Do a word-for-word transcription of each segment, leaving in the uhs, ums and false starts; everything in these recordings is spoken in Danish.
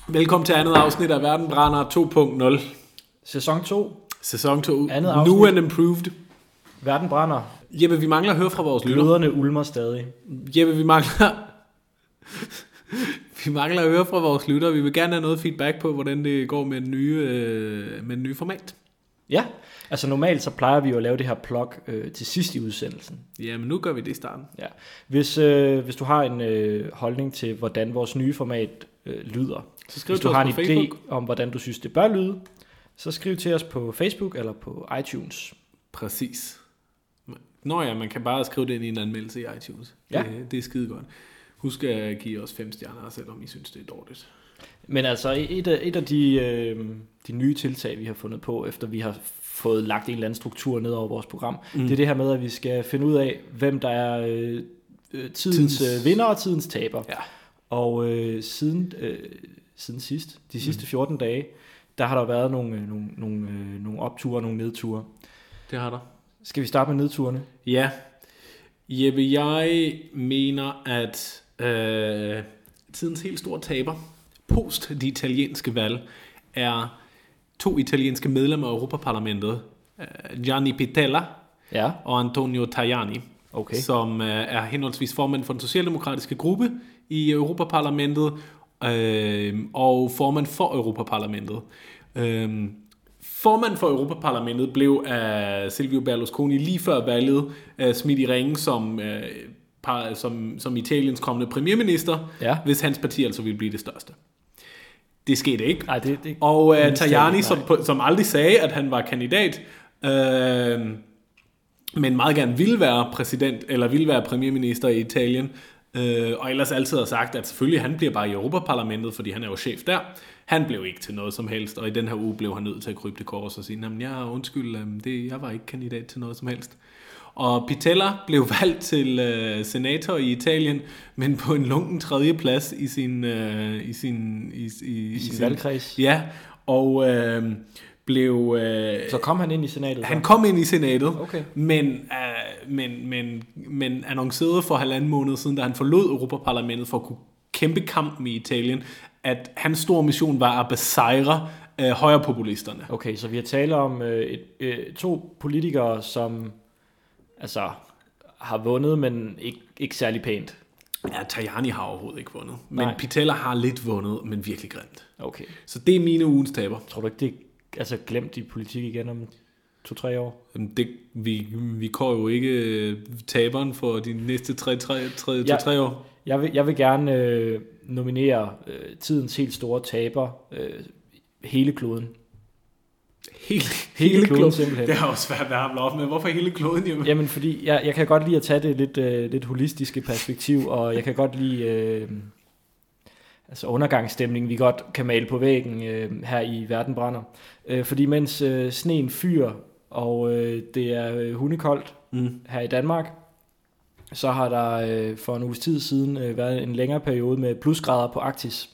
Velkommen til andet afsnit af Verden brænder to punkt nul. Sæson to. Sæson to. Andet afsnit. New and improved. Verden brænder. Jeppe, vi mangler at høre fra vores lytter. Gløderne ulmer stadig. Jeppe, vi mangler... vi mangler at høre fra vores lytter. Vi vil gerne have noget feedback på, hvordan det går med den nye, øh, med den nye format. Ja, altså normalt så plejer vi jo at lave det her plug øh, til sidst i udsendelsen. Ja, men nu gør vi det i starten. Ja. Hvis, øh, hvis du har en øh, holdning til, hvordan vores nye format øh, lyder, så skriv hvis du til har os en på idé Facebook. om, hvordan du synes, det bør lyde, så skriv til os på Facebook eller på iTunes. Præcis. Nå ja, man kan bare skrive det ind i en anmeldelse i iTunes. Ja. Det, det er skide godt. Husk at give os fem stjerner, selvom I synes, det er dårligt. Men altså et af, et af de, øh, de nye tiltag, vi har fundet på, efter vi har fået lagt en eller anden struktur ned over vores program, mm. det er det her med, at vi skal finde ud af, hvem der er øh, tidens, tidens vinder og tidens taber. Ja. Og øh, siden, øh, siden sidst, de sidste fjorten mm. dage, der har der været nogle, nogle, nogle, øh, nogle opture og nogle nedture. Det har der. Skal vi starte med nedturene? Ja. Jeppe, jeg mener, at øh, tidens helt store taber, post de italienske valg, er to italienske medlemmer af Europaparlamentet, øh, Gianni Pittella ja. og Antonio Tajani, okay. som øh, er henholdsvis formand for den socialdemokratiske gruppe i Europaparlamentet øh, og formand for Europaparlamentet. Øh, Formand for Europaparlamentet blev af Silvio Berlusconi lige før valget uh, smidt i ringen som, uh, par, som, som Italiens kommende premierminister, ja. Hvis hans parti altså ville blive det største. Det skete ikke. Ej, det, det, og uh, Tajani, som, som aldrig sagde, at han var kandidat, uh, men meget gerne ville være præsident, eller ville være premierminister i Italien, uh, og ellers altid har sagt, at selvfølgelig han bliver bare i Europaparlamentet, fordi han er jo chef der. Han blev ikke til noget som helst, og i den her uge blev han nødt til at krybe det kors og sige, jamen jeg undskyld, det, jeg var ikke kandidat til noget som helst. Og Pittella blev valgt til uh, senator i Italien, men på en lunken tredje plads i sin, uh, i sin, i, i, I sin, sin valgkreds. Ja, og uh, blev... Uh, så kom han ind i senatet? Han så? kom ind i senatet, okay. men, uh, men, men, men annoncerede for halvanden måned siden, da han forlod Europaparlamentet for at kunne kæmpe kampen i Italien, at hans store mission var at besejre øh, højrepopulisterne. Okay, så vi har talt om øh, et, øh, to politikere, som altså har vundet, men ikke, ikke særlig pænt. Ja, Tajani har overhovedet ikke vundet. Men Nej. Pittella har lidt vundet, men virkelig grimt. Okay. Så det er mine ugens taber. Tror du ikke, det er altså, glemt i politik igen om to-tre år? Det, vi, vi går jo ikke taberen for de næste tre, tre, tre, ja. tre år. Jeg vil, jeg vil gerne øh, nominere øh, tidens helt store taber, øh, hele kloden. Hele, hele, hele kloden, kloden simpelthen. Det har jo svært at hamle op med. Hvorfor hele kloden? Jamen, jamen fordi jeg, jeg kan godt lide at tage det lidt, øh, lidt holistiske perspektiv, og jeg kan godt lide øh, altså undergangsstemningen, vi godt kan male på væggen øh, her i Verden brænder. Øh, fordi mens øh, sneen fyrer, og øh, det er øh, hundekoldt mm. her i Danmark, så har der øh, for en uges tid siden øh, været en længere periode med plusgrader på Arktis.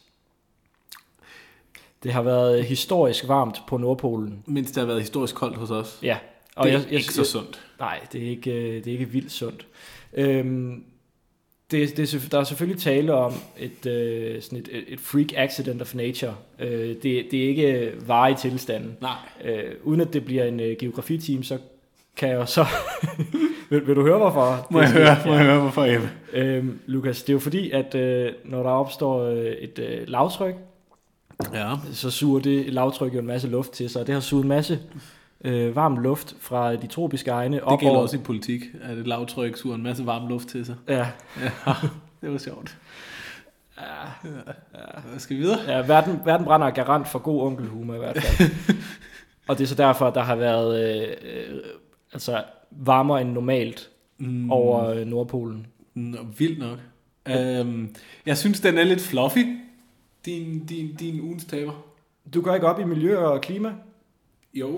Det har været historisk varmt på Nordpolen. Mens det har været historisk koldt hos os. Ja. Og det er jeg, jeg, ikke så sundt. Nej, det er ikke, det er ikke vildt sundt. Øhm, det, det, der er selvfølgelig tale om et, øh, sådan et, et freak accident of nature. Øh, det, det er ikke varig tilstanden. Nej. Øh, uden at det bliver en øh, geografiteam, så kan jeg jo så... vil, vil du høre, hvorfor? Må jeg høre, må jeg høre hvorfor, Ebbe? Øhm, Lukas, det er jo fordi, at øh, når der opstår øh, et øh, lavtryk, ja. så suger det lavtryk jo en masse luft til sig, og det har suget en masse øh, varm luft fra de tropiske egne. Det gælder også i politik, at et lavtryk suger en masse varm luft til sig. Ja. Ja, det var sjovt. Ja. Ja. Skal vi videre? Ja, verden, verden brænder garant for god onkelhumor i hvert fald. Og det er så derfor, der har været øh, øh, altså varmere end normalt mm. over øh, Nordpolen. Nå, vildt nok. Ja. Øhm, jeg synes, den er lidt fluffy, din, din, din ugens taber. Du går ikke op i miljø og klima? Jo.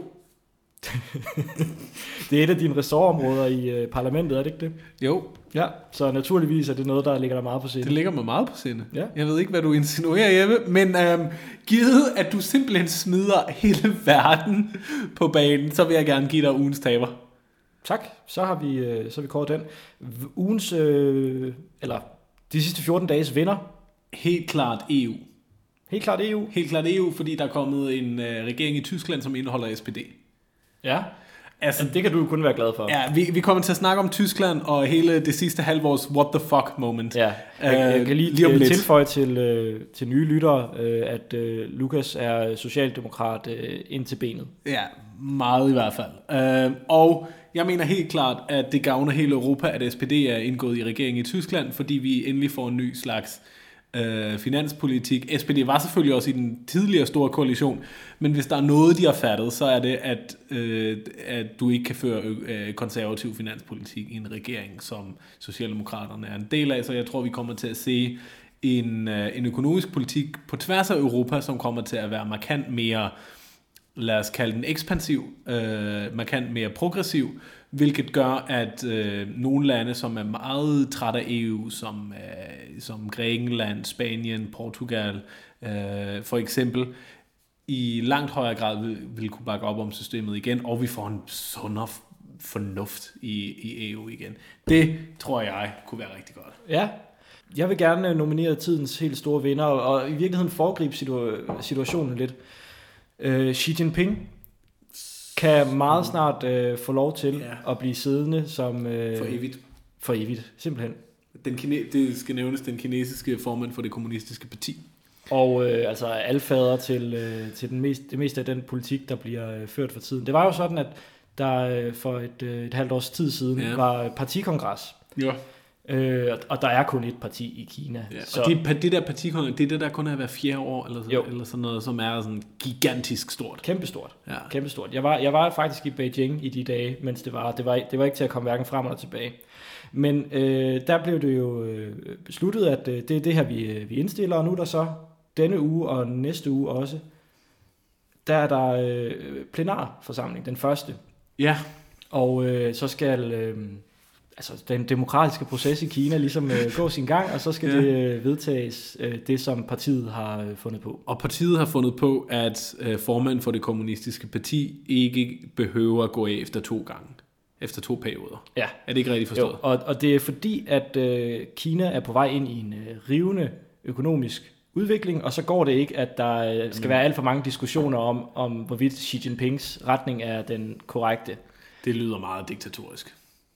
Det er et af dine ressortområder i øh, parlamentet, er det ikke det? Jo. Ja, så naturligvis er det noget, der ligger der meget på sinde. Det ligger mig meget på sinde. Ja. Jeg ved ikke, hvad du insinuerer, Jeppe, men øhm, givet, at du simpelthen smider hele verden på banen, så vil jeg gerne give dig ugens taber. Tak, så har vi, øh, så har vi kåret den. Ugens, øh, eller de sidste fjorten dages vinder. Helt klart E U. Helt klart E U. Helt klart E U, fordi der er kommet en øh, regering i Tyskland, som indeholder S P D. Ja, altså, det kan du kun være glad for. Ja, vi, vi kommer til at snakke om Tyskland og hele det sidste halvårs what the fuck moment. Ja, jeg, jeg kan lige, lige tilføje til, øh, til nye lyttere, øh, at øh, Lukas er socialdemokrat øh, ind til benet. Ja, meget i hvert fald. Øh, og jeg mener helt klart, at det gavner hele Europa, at S P D er indgået i regeringen i Tyskland, fordi vi endelig får en ny slags øh, finanspolitik. S P D var selvfølgelig også i den tidligere store koalition, men hvis der er noget, de har fattet, så er det, at, øh, at du ikke kan føre øh, konservativ finanspolitik i en regering, som Socialdemokraterne er en del af. Så jeg tror, vi kommer til at se en, øh, en økonomisk politik på tværs af Europa, som kommer til at være markant mere, lad os kalde den ekspansiv, øh, markant mere progressiv, hvilket gør, at øh, nogle lande, som er meget trætte af E U, som, øh, som Grækenland, Spanien, Portugal, øh, for eksempel, i langt højere grad vil, vil kunne bakke op om systemet igen, og vi får en sundere fornuft i, i E U igen. Det tror jeg kunne være rigtig godt. Ja, jeg vil gerne nominere tidens helt store vinder, og i virkeligheden foregribe situa- situationen lidt. Uh, Xi Jinping kan meget snart uh, få lov til ja. at blive siddende som... Uh, for evigt. For evigt, simpelthen. Den kine- det skal nævnes den kinesiske formand for det kommunistiske parti. Og uh, altså alfader til, uh, til den mest, det meste af den politik, der bliver uh, ført for tiden. Det var jo sådan, at der uh, for et, uh, et halvt års tid siden ja. var partikongres. Ja. Øh, og der er kun et parti i Kina. Ja, så. Og det, det der partikongres, det er det, der kun er hver fjerde år, eller, så, eller sådan noget, som er sådan gigantisk stort. Kæmpestort. Ja. Kæmpestort. Jeg var, jeg var faktisk i Beijing i de dage, mens det var. Det var, det var ikke til at komme hverken frem eller tilbage. Men øh, der blev det jo øh, besluttet, at øh, det er det her, vi, vi indstiller, og nu er der så denne uge og næste uge også, der er der øh, plenarforsamling, den første. Ja. Og øh, så skal... Øh, altså den demokratiske proces i Kina ligesom øh, gå sin gang, og så skal ja. det øh, vedtages øh, det, som partiet har øh, fundet på. Og partiet har fundet på, at øh, formanden for det kommunistiske parti ikke behøver at gå af efter to gange. Efter to perioder. Ja. Er det ikke rigtigt forstået? Jo, og, og det er fordi, at øh, Kina er på vej ind i en øh, rivende økonomisk udvikling, og så går det ikke, at der øh, skal mm. være alt for mange diskussioner om, om, hvorvidt Xi Jinpings retning er den korrekte. Det lyder meget diktatorisk.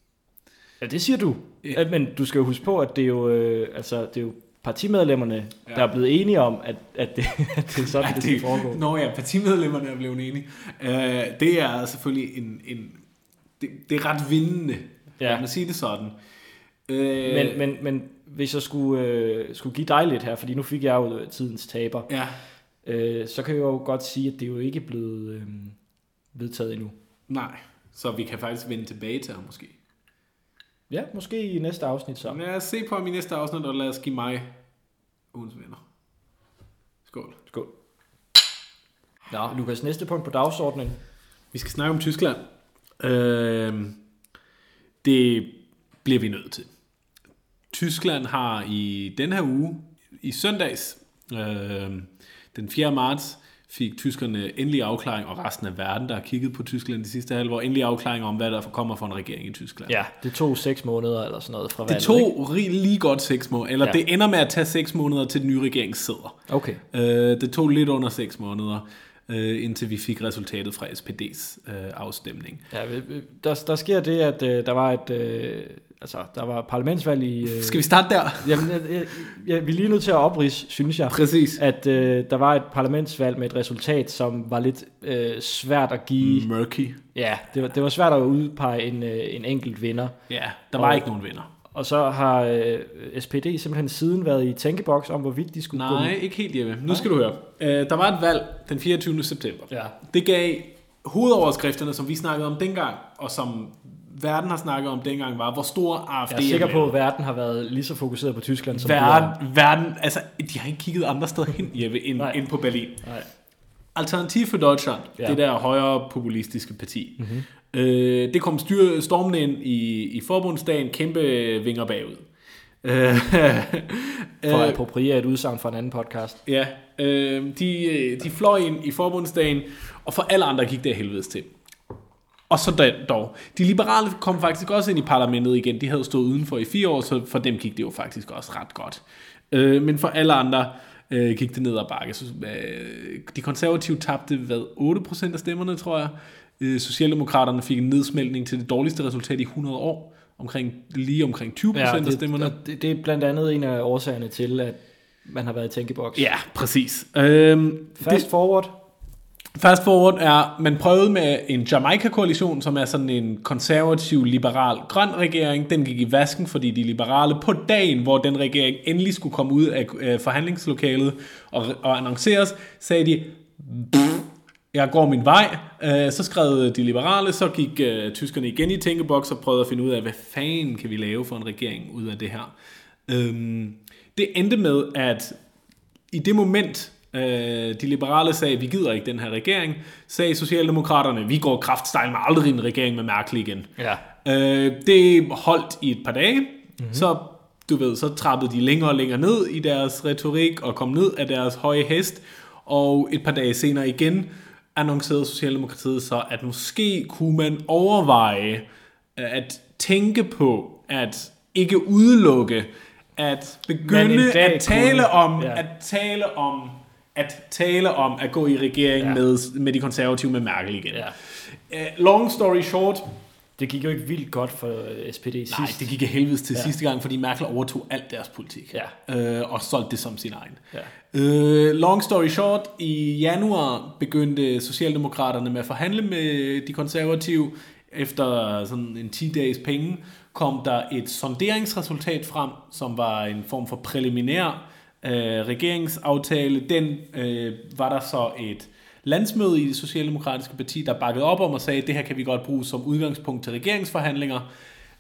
Ja, det siger du. Ja. Men du skal jo huske på, at det er jo, øh, altså, det er jo partimedlemmerne, ja. der er blevet enige om, at, at, det, at det er sådan, ja, det, det skal foregå. Nå ja, partimedlemmerne er blevet enige. Uh, det er selvfølgelig en... en det, det er ret vindende, ja. man sige det sådan. Uh, men, men, men hvis jeg skulle, øh, skulle give dig lidt her, fordi nu fik jeg jo tidens taber, ja. øh, så kan jeg jo godt sige, at det er jo ikke blevet øh, vedtaget endnu. Nej, så vi kan faktisk vende tilbage til ham måske. Ja, måske i næste afsnit så. Lad os se på ham i næste afsnit, og lad os give mig ugens venner. Skål. Skål. Nå, Lukas, næste punkt på dagsordenen. Vi skal snakke om Tyskland. Øh, det bliver vi nødt til. Tyskland har i den her uge, i søndags, øh, den fjerde marts, fik tyskerne endelig afklaring, og resten af verden, der har kigget på Tyskland de sidste halvår, endelig afklaring om, hvad der kommer for en regering i Tyskland. Ja, det tog seks måneder eller sådan noget fra valget. Det tog ikke? lige godt seks måneder, eller ja. det ender med at tage seks måneder, til den nye regering sidder. Okay. Øh, det tog lidt under seks måneder, øh, indtil vi fik resultatet fra S P D's øh, afstemning. Ja, der, der sker det, at øh, der var et... Øh, altså, der var parlamentsvalg i... Øh, Skal vi starte der? Jamen, jeg, jeg, jeg, vi er lige nødt til at oprids, synes jeg. Præcis. At øh, der var et parlamentsvalg med et resultat, som var lidt øh, svært at give... Murky. Ja, det var, det var svært at udpege en, øh, en enkelt vinder. Ja, der var og, ikke nogen vinder. Og så har øh, S P D simpelthen siden været i tænkeboks om, hvorvidt de skulle Nej, gå... Nej, ikke helt hjemme. Nu skal du høre. Uh, der var et valg den fireogtyvende september. Ja. Det gav hovedoverskrifterne, som vi snakkede om dengang, og som verden har snakket om dengang, var, hvor stor A F D er. Jeg er sikker på, at verden har været lige så fokuseret på Tyskland, som verden, verden, altså, de har ikke kigget andre steder hen, Jeppe, end, end på Berlin. Nej. Alternativ for Deutschland, ja. Det der højre populistiske parti, mm-hmm. øh, det kom styr, stormen ind i, i forbundsdagen, kæmpe vinger bagud. For at appropriere et udsagn fra en anden podcast. Ja, øh, de, de fløj ind i forbundsdagen, og for alle andre gik det helvedes til. Og så den, dog. De liberale kom faktisk også ind i parlamentet igen. De havde stået udenfor i fire år, så for dem gik det jo faktisk også ret godt. Øh, men for alle andre øh, gik det ned ad bakke. Så, øh, de konservative tabte, hvad, otte procent af stemmerne, tror jeg. Øh, Socialdemokraterne fik en nedsmeltning til det dårligste resultat i hundrede år. Omkring, lige omkring tyve procent ja, det, af stemmerne. Det, det er blandt andet en af årsagerne til, at man har været i tænkeboks. Ja, præcis. Øhm, Fast det, forward. Fast forward er, man prøvede med en Jamaica-koalition, som er sådan en konservativ, liberal, grøn regering. Den gik i vasken, fordi de liberale på dagen, hvor den regering endelig skulle komme ud af øh, forhandlingslokalet og, og annonceres, sagde de, jeg går min vej. Øh, så skrev de liberale, så gik øh, tyskerne igen i tænkeboks og prøvede at finde ud af, hvad fanden kan vi lave for en regering ud af det her. Øhm, det endte med, at i det moment, øh, de liberale sagde, vi gider ikke den her regering, sagde Socialdemokraterne, vi går kraftstejl med aldrig en regering med Merkel igen. Ja. Øh, det holdt i et par dage, mm-hmm. så du ved, så trappede de længere og længere ned i deres retorik og kom ned af deres høje hest, og et par dage senere igen annoncerede Socialdemokratiet så, at måske kunne man overveje at tænke på at ikke udelukke at begynde at tale kunne, om ja. at tale om at tale om at gå i regering ja. med med de konservative med Merkel igen. Ja. Uh, long story short, det gik jo ikke vildt godt for S P D sidst. Nej, det gik helvedes til ja. sidste gang, fordi Merkel overtog alt deres politik ja. uh, og solgte det som sin egen. Ja. Uh, long story short, i januar begyndte Socialdemokraterne med at forhandle med de konservative. Efter sådan en ti dages penge kom der et sonderingsresultat frem, som var en form for præliminær øh, regeringsaftale. Den øh, var der så et landsmøde i det socialdemokratiske parti, der bakkede op om og sagde, at det her kan vi godt bruge som udgangspunkt til regeringsforhandlinger.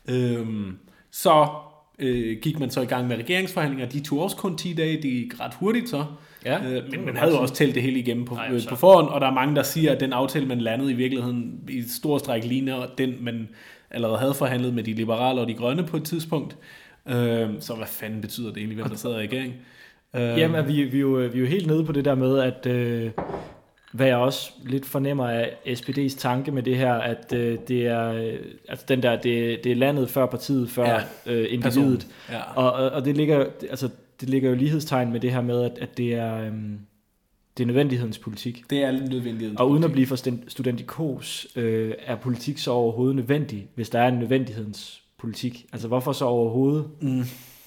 Øhm, så øh, gik man så i gang med regeringsforhandlinger. De tog også kun ti dage, det gik ret hurtigt så. Ja, øh, men man havde jo også talt det hele igennem på, Nej, øh, på forhånd, og der er mange, der siger, at den aftale, man landede i virkeligheden i stor stræk ligner den, man allerede havde forhandlet med de liberale og de grønne på et tidspunkt. Øh, så hvad fanden betyder det egentlig, hvem der sidder i regering? Øh, Jamen, vi, vi, er jo, vi er jo helt nede på det der med, at øh, hvad jeg også lidt fornemmer af S P D's tanke med det her, at øh, det er øh, altså den der, det, det er landet før partiet, før ja, øh, individet. Ja. Og, og, og det ligger altså det ligger jo lighedstegn med det her med, at, at det er øhm, det er nødvendighedens politik. Det er nødvendighedens Og uden at blive for studendikos, øh, er politik så overhovedet nødvendig, hvis der er en nødvendighedens politik? Altså hvorfor så overhovedet mm.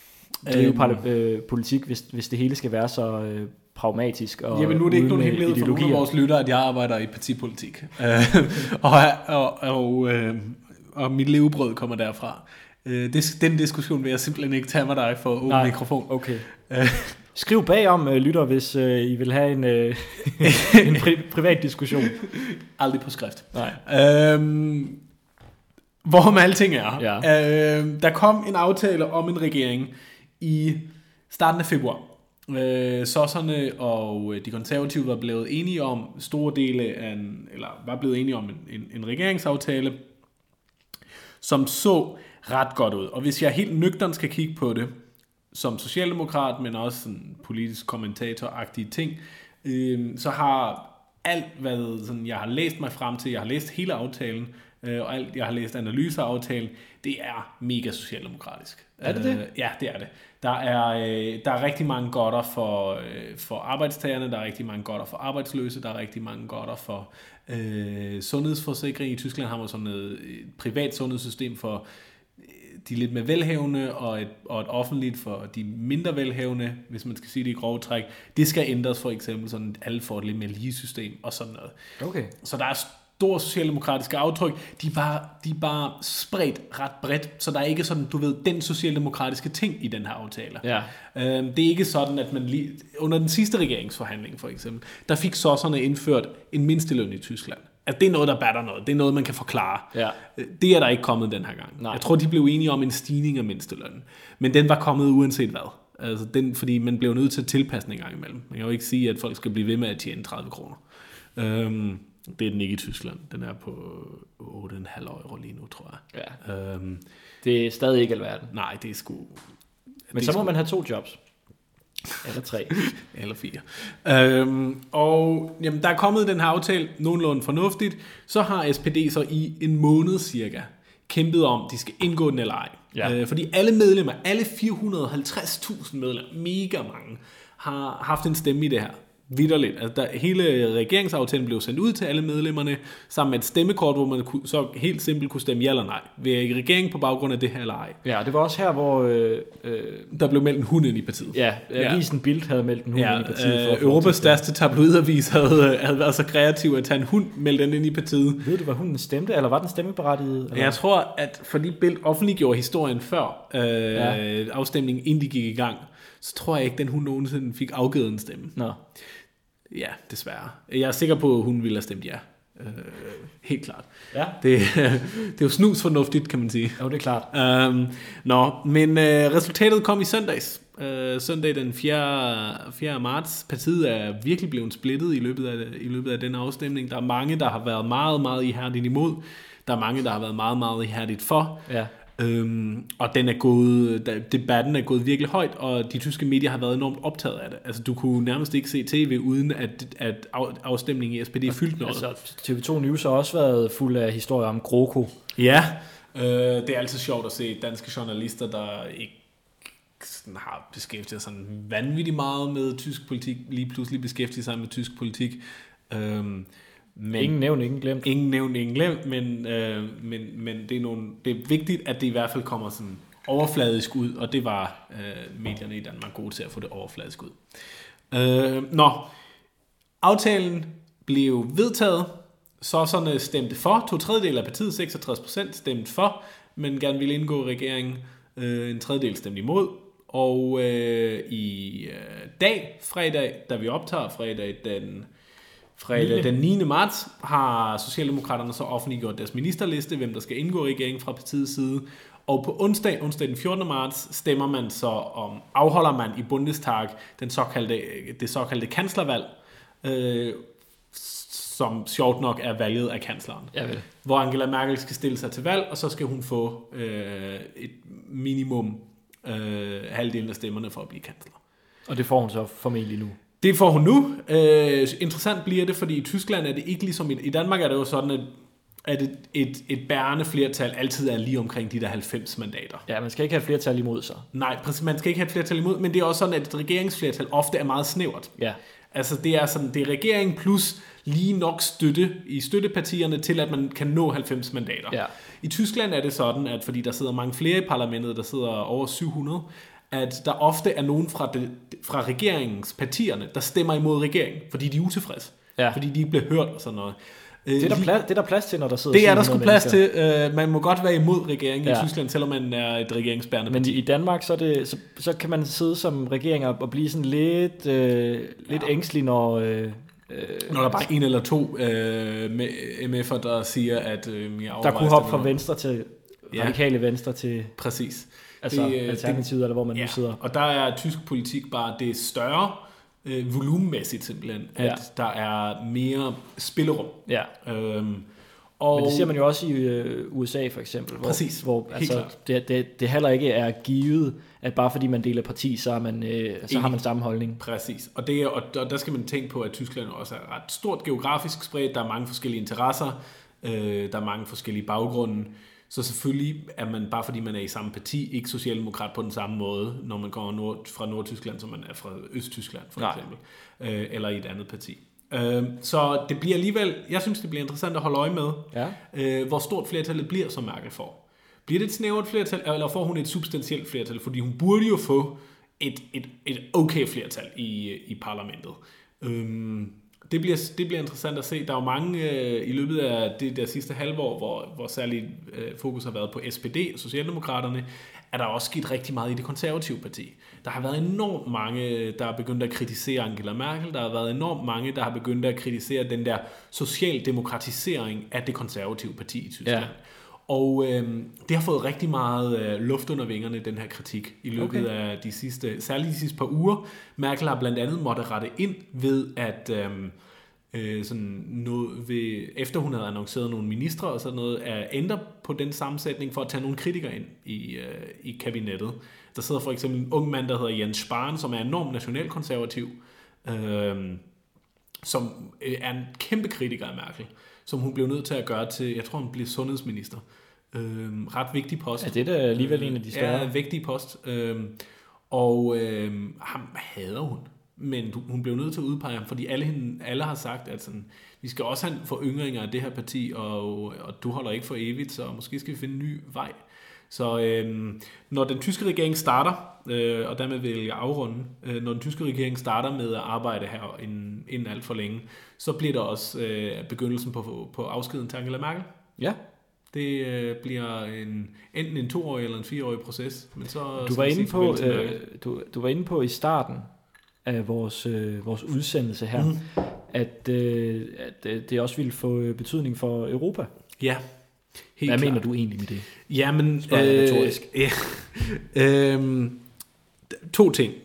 drive øhm. øh, politik, hvis, hvis det hele skal være så øh, pragmatisk og Jamen nu er det ikke nogen hemmelighed for nogle af vores lyttere, at jeg arbejder i partipolitik. og, og, og, øh, og mit levebrød kommer derfra. Det, den diskussion vil jeg simpelthen ikke tage med dig for åben Nej, mikrofon. Okay. Skriv bagom, uh, lytter, hvis uh, I vil have en, uh, en pri- privat diskussion. Aldrig på skrift. Nej. Øhm, hvorom alting er. Ja. Øhm, der kom en aftale om en regering i starten af februar. Øh, Sosserne og de konservative var blevet enige om store dele af en, eller var blevet enige om en, en, en regeringsaftale, som så ret godt ud. Og hvis jeg helt nøgtern skal kigge på det, som socialdemokrat, men også sådan politisk kommentator-agtige ting, øh, så har alt, hvad sådan, jeg har læst mig frem til, jeg har læst hele aftalen, øh, og alt, jeg har læst analyser af aftalen, det er mega socialdemokratisk. Er det det? Øh, ja, det er det. Der er, øh, der er rigtig mange godter for, øh, for arbejdstagerne, der er rigtig mange godter for arbejdsløse, der er rigtig mange godter for øh, sundhedsforsikring. I Tyskland har man sådan et, et privat sundhedssystem for de lidt mere velhavende, og et, og et offentligt for de mindre velhavende, hvis man skal sige det i grove træk. Det skal ændres for eksempel, sådan alle får et lidt mere lige system og sådan noget. Okay. Så der er store socialdemokratiske aftryk. De er bare, de er bare spredt ret bredt, så der er ikke sådan, du ved, den socialdemokratiske ting i den her aftale. Ja. Øhm, det er ikke sådan, at man lige, under den sidste regeringsforhandling for eksempel, der fik sosserne indført en mindsteløn i Tyskland. At det er noget, der batter noget. Det er noget, man kan forklare. Ja. Det er der ikke kommet den her gang. Nej. Jeg tror, de blev enige om en stigning af mindstelønnen. Men den var kommet uanset hvad. Altså den, fordi man blev nødt til tilpasning en gang imellem. Man kan jo ikke sige, at folk skal blive ved med at tjene tredive kroner. Øhm, det er den ikke i Tyskland. Den er på otte komma fem euro lige nu, tror jeg. Ja. Øhm, det er stadig ikke alverden. Nej, det er sgu... Men så må sgu... man have to jobs. Eller tre. Eller fire. Øhm, og jamen, der er kommet den her aftale nogenlunde fornuftigt. Så har S P D så i en måned cirka kæmpet om, de skal indgå den eller ej. Ja. Øh, fordi alle medlemmer, alle fire hundrede og halvtreds tusind medlemmer, mega mange, har haft en stemme i det her. Vitterligt. Altså, der, hele regeringsaftalen blev sendt ud til alle medlemmerne, sammen med et stemmekort, hvor man kunne, så helt simpelt kunne stemme ja eller nej. Vil jeg i regeringen på baggrund af det her eller ej? Ja, det var også her, hvor... Øh, øh, der blev meldt en hund ind i partiet. Ja, avisen ja. Bild havde meldt en hund ja, ind i partiet. Øh, Europas største tabloidavis havde, havde været så kreativ at tage en hund, melde den ind i partiet. Ved du, hvad hunden stemte, eller var den stemmeberettiget? Eller? Jeg tror, at fordi Bild offentliggjorde historien før øh, ja. afstemningen, inden de gik i gang, så tror jeg ikke, den hund nogensinde fik afgivet en stemme. Nå. Ja, desværre. Jeg er sikker på, at hun ville have stemt ja. Øh, helt klart. Ja. Det, det er jo snusfornuftigt, kan man sige. Jo, det er klart. Um, nå, men øh, resultatet kom i søndags. Øh, søndag den fjerde marts. Partiet er virkelig blevet splittet i løbet af, i løbet af den afstemning. Der er mange, der har været meget, meget ihærdigt imod. Der er mange, der har været meget, meget ihærdigt for. Ja. Øhm, og den er gået, debatten er gået virkelig højt, og de tyske medier har været enormt optaget af det. Altså du kunne nærmest ikke se tv uden at, at afstemningen i S P D fyldte noget. Altså T V to News har også været fuld af historier om GroKo. Ja, øh, det er altid sjovt at se danske journalister, der ikke sådan har beskæftiget sig sådan vanvittigt meget med tysk politik, lige pludselig beskæftiget sig med tysk politik. Øhm, Men, ingen nævnt, ingen glemt. Ingen nævnt, ingen glemt, men, øh, men, men det, er nogle, det er vigtigt, at det i hvert fald kommer sådan overfladisk ud, og det var øh, medierne i Danmark gode til at få det overfladisk ud. Øh, nå, aftalen blev vedtaget, så sådan stemte for, to tredjedel af partiet, seksogtres procent stemte for, men gerne ville indgå i regeringen, øh, en tredjedel stemte imod, og øh, i øh, dag, fredag, da vi optager fredag den Fredag den niende marts har Socialdemokraterne så offentliggjort deres ministerliste, hvem der skal indgå i regeringen fra partiets side. Og på onsdag, onsdag den fjortende marts, stemmer man så om, afholder man i Bundestag den såkaldte, det såkaldte kanslervalg, øh, som sjovt nok er valget af kansleren. Javel. Hvor Angela Merkel skal stille sig til valg, og så skal hun få øh, et minimum øh, halvdelen af stemmerne for at blive kansler. Og det får hun så formentlig nu. Det får hun nu. Øh, interessant bliver det, fordi i Tyskland er det ikke ligesom... I, i Danmark er det jo sådan, at, at et, et, et bærende flertal altid er lige omkring de der halvfems mandater. Ja, man skal ikke have et flertal imod sig. Nej, præcis, man skal ikke have et flertal imod, men det er også sådan, at et regeringsflertal ofte er meget snævert. Ja. Altså det er sådan, det er regering plus lige nok støtte i støttepartierne til, at man kan nå halvfems mandater. Ja. I Tyskland er det sådan, at fordi der sidder mange flere i parlamentet, der sidder over syv hundrede, at der ofte er nogen fra, det, fra regeringspartierne, der stemmer imod regeringen, fordi de er utilfredse. Ja. Fordi de ikke bliver hørt og sådan noget. Det er der, plads, det er der plads til, når der sidder Det er der sgu plads til. Uh, man må godt være imod regeringen ja. i Tyskland, selvom man er et regeringsbærende parti. Men i Danmark, så, det, så, så kan man sidde som regering og blive sådan lidt, øh, lidt ja. ængstelig, når... Øh, Når der er bare en eller to øh, med M F'er, der siger, at øh, jeg der kunne hoppe fra venstre til ja. radikale venstre til... Præcis. Altså det, Alternativet, det, eller hvor man ja. nu sidder. Og der er tysk politik bare det større, øh, volumenmæssigt simpelthen, at ja. der er mere spillerum. Ja. Øhm, og Men det ser man jo også i øh, U S A for eksempel, hvor, præcis, hvor altså, det, det, det heller ikke er givet, at bare fordi man deler parti, så, er man, øh, så har man samme holdning. Præcis, og, det, og, og der skal man tænke på, at Tyskland også er ret stort geografisk spredt, der er mange forskellige interesser, øh, der er mange forskellige baggrunde, så selvfølgelig er man, bare fordi man er i samme parti, ikke socialdemokrat på den samme måde, når man går nord, fra Nordtyskland, som man er fra Østtyskland for Nej. eksempel, øh, eller i et andet parti. Øh, så det bliver alligevel, jeg synes det bliver interessant at holde øje med, ja. øh, hvor stort flertallet bliver, som Merkel får. Bliver det et snævert flertal, eller får hun et substantielt flertal? Fordi hun burde jo få et, et, et okay flertal i, i parlamentet. Øhm, det, bliver, det bliver interessant at se. Der er jo mange øh, i løbet af det der sidste halvår, hvor, hvor særlig øh, fokus har været på S P D, Socialdemokraterne, er der også sket rigtig meget i det konservative parti. Der har været enormt mange, der har begyndt at kritisere Angela Merkel. Der har været enormt mange, der har begyndt at kritisere den der socialdemokratisering af det konservative parti i Tyskland. Ja. Og øh, det har fået rigtig meget øh, luft under vingerne, den her kritik, i løbet okay. af de sidste, særligt de sidste par uger. Merkel har blandt andet måtte rette ind ved, at øh, øh, sådan noget ved, efter hun havde annonceret nogle ministre og sådan noget, at ændre på den sammensætning for at tage nogle kritikere ind i, øh, i kabinettet. Der sidder for eksempel en ung mand, der hedder Jens Spahn, som er enormt nationalkonservativ, øh, som øh, er en kæmpe kritiker af Merkel, som hun blev nødt til at gøre til, jeg tror hun blev sundhedsminister. Øhm, ret vigtig post. Ja, det er da alligevel en af de større. Ja, vigtig post. Øhm, og øhm, ham hader hun. men du, hun blev nødt til at udpege ham, fordi alle, hende, alle har sagt, at sådan, vi skal også have foryngringer af det her parti, og, og du holder ikke for evigt, så måske skal vi finde en ny vej. Så øh, når den tyske regering starter, øh, og dermed vil jeg afrunde, øh, når den tyske regering starter med at arbejde her inden, inden alt for længe, så bliver der også øh, begyndelsen på, på afskeden til Angela Merkel. Ja. Det øh, bliver en, enten en toårig eller en fireårig proces. Men så du, var inde på, øh, du, du var inde på i starten af vores, øh, vores udsendelse her, mm. at, øh, at øh, det også ville få betydning for Europa. Ja. Helt Hvad klart. mener du egentlig med det? Jamen, øh, ja, øh, to ting.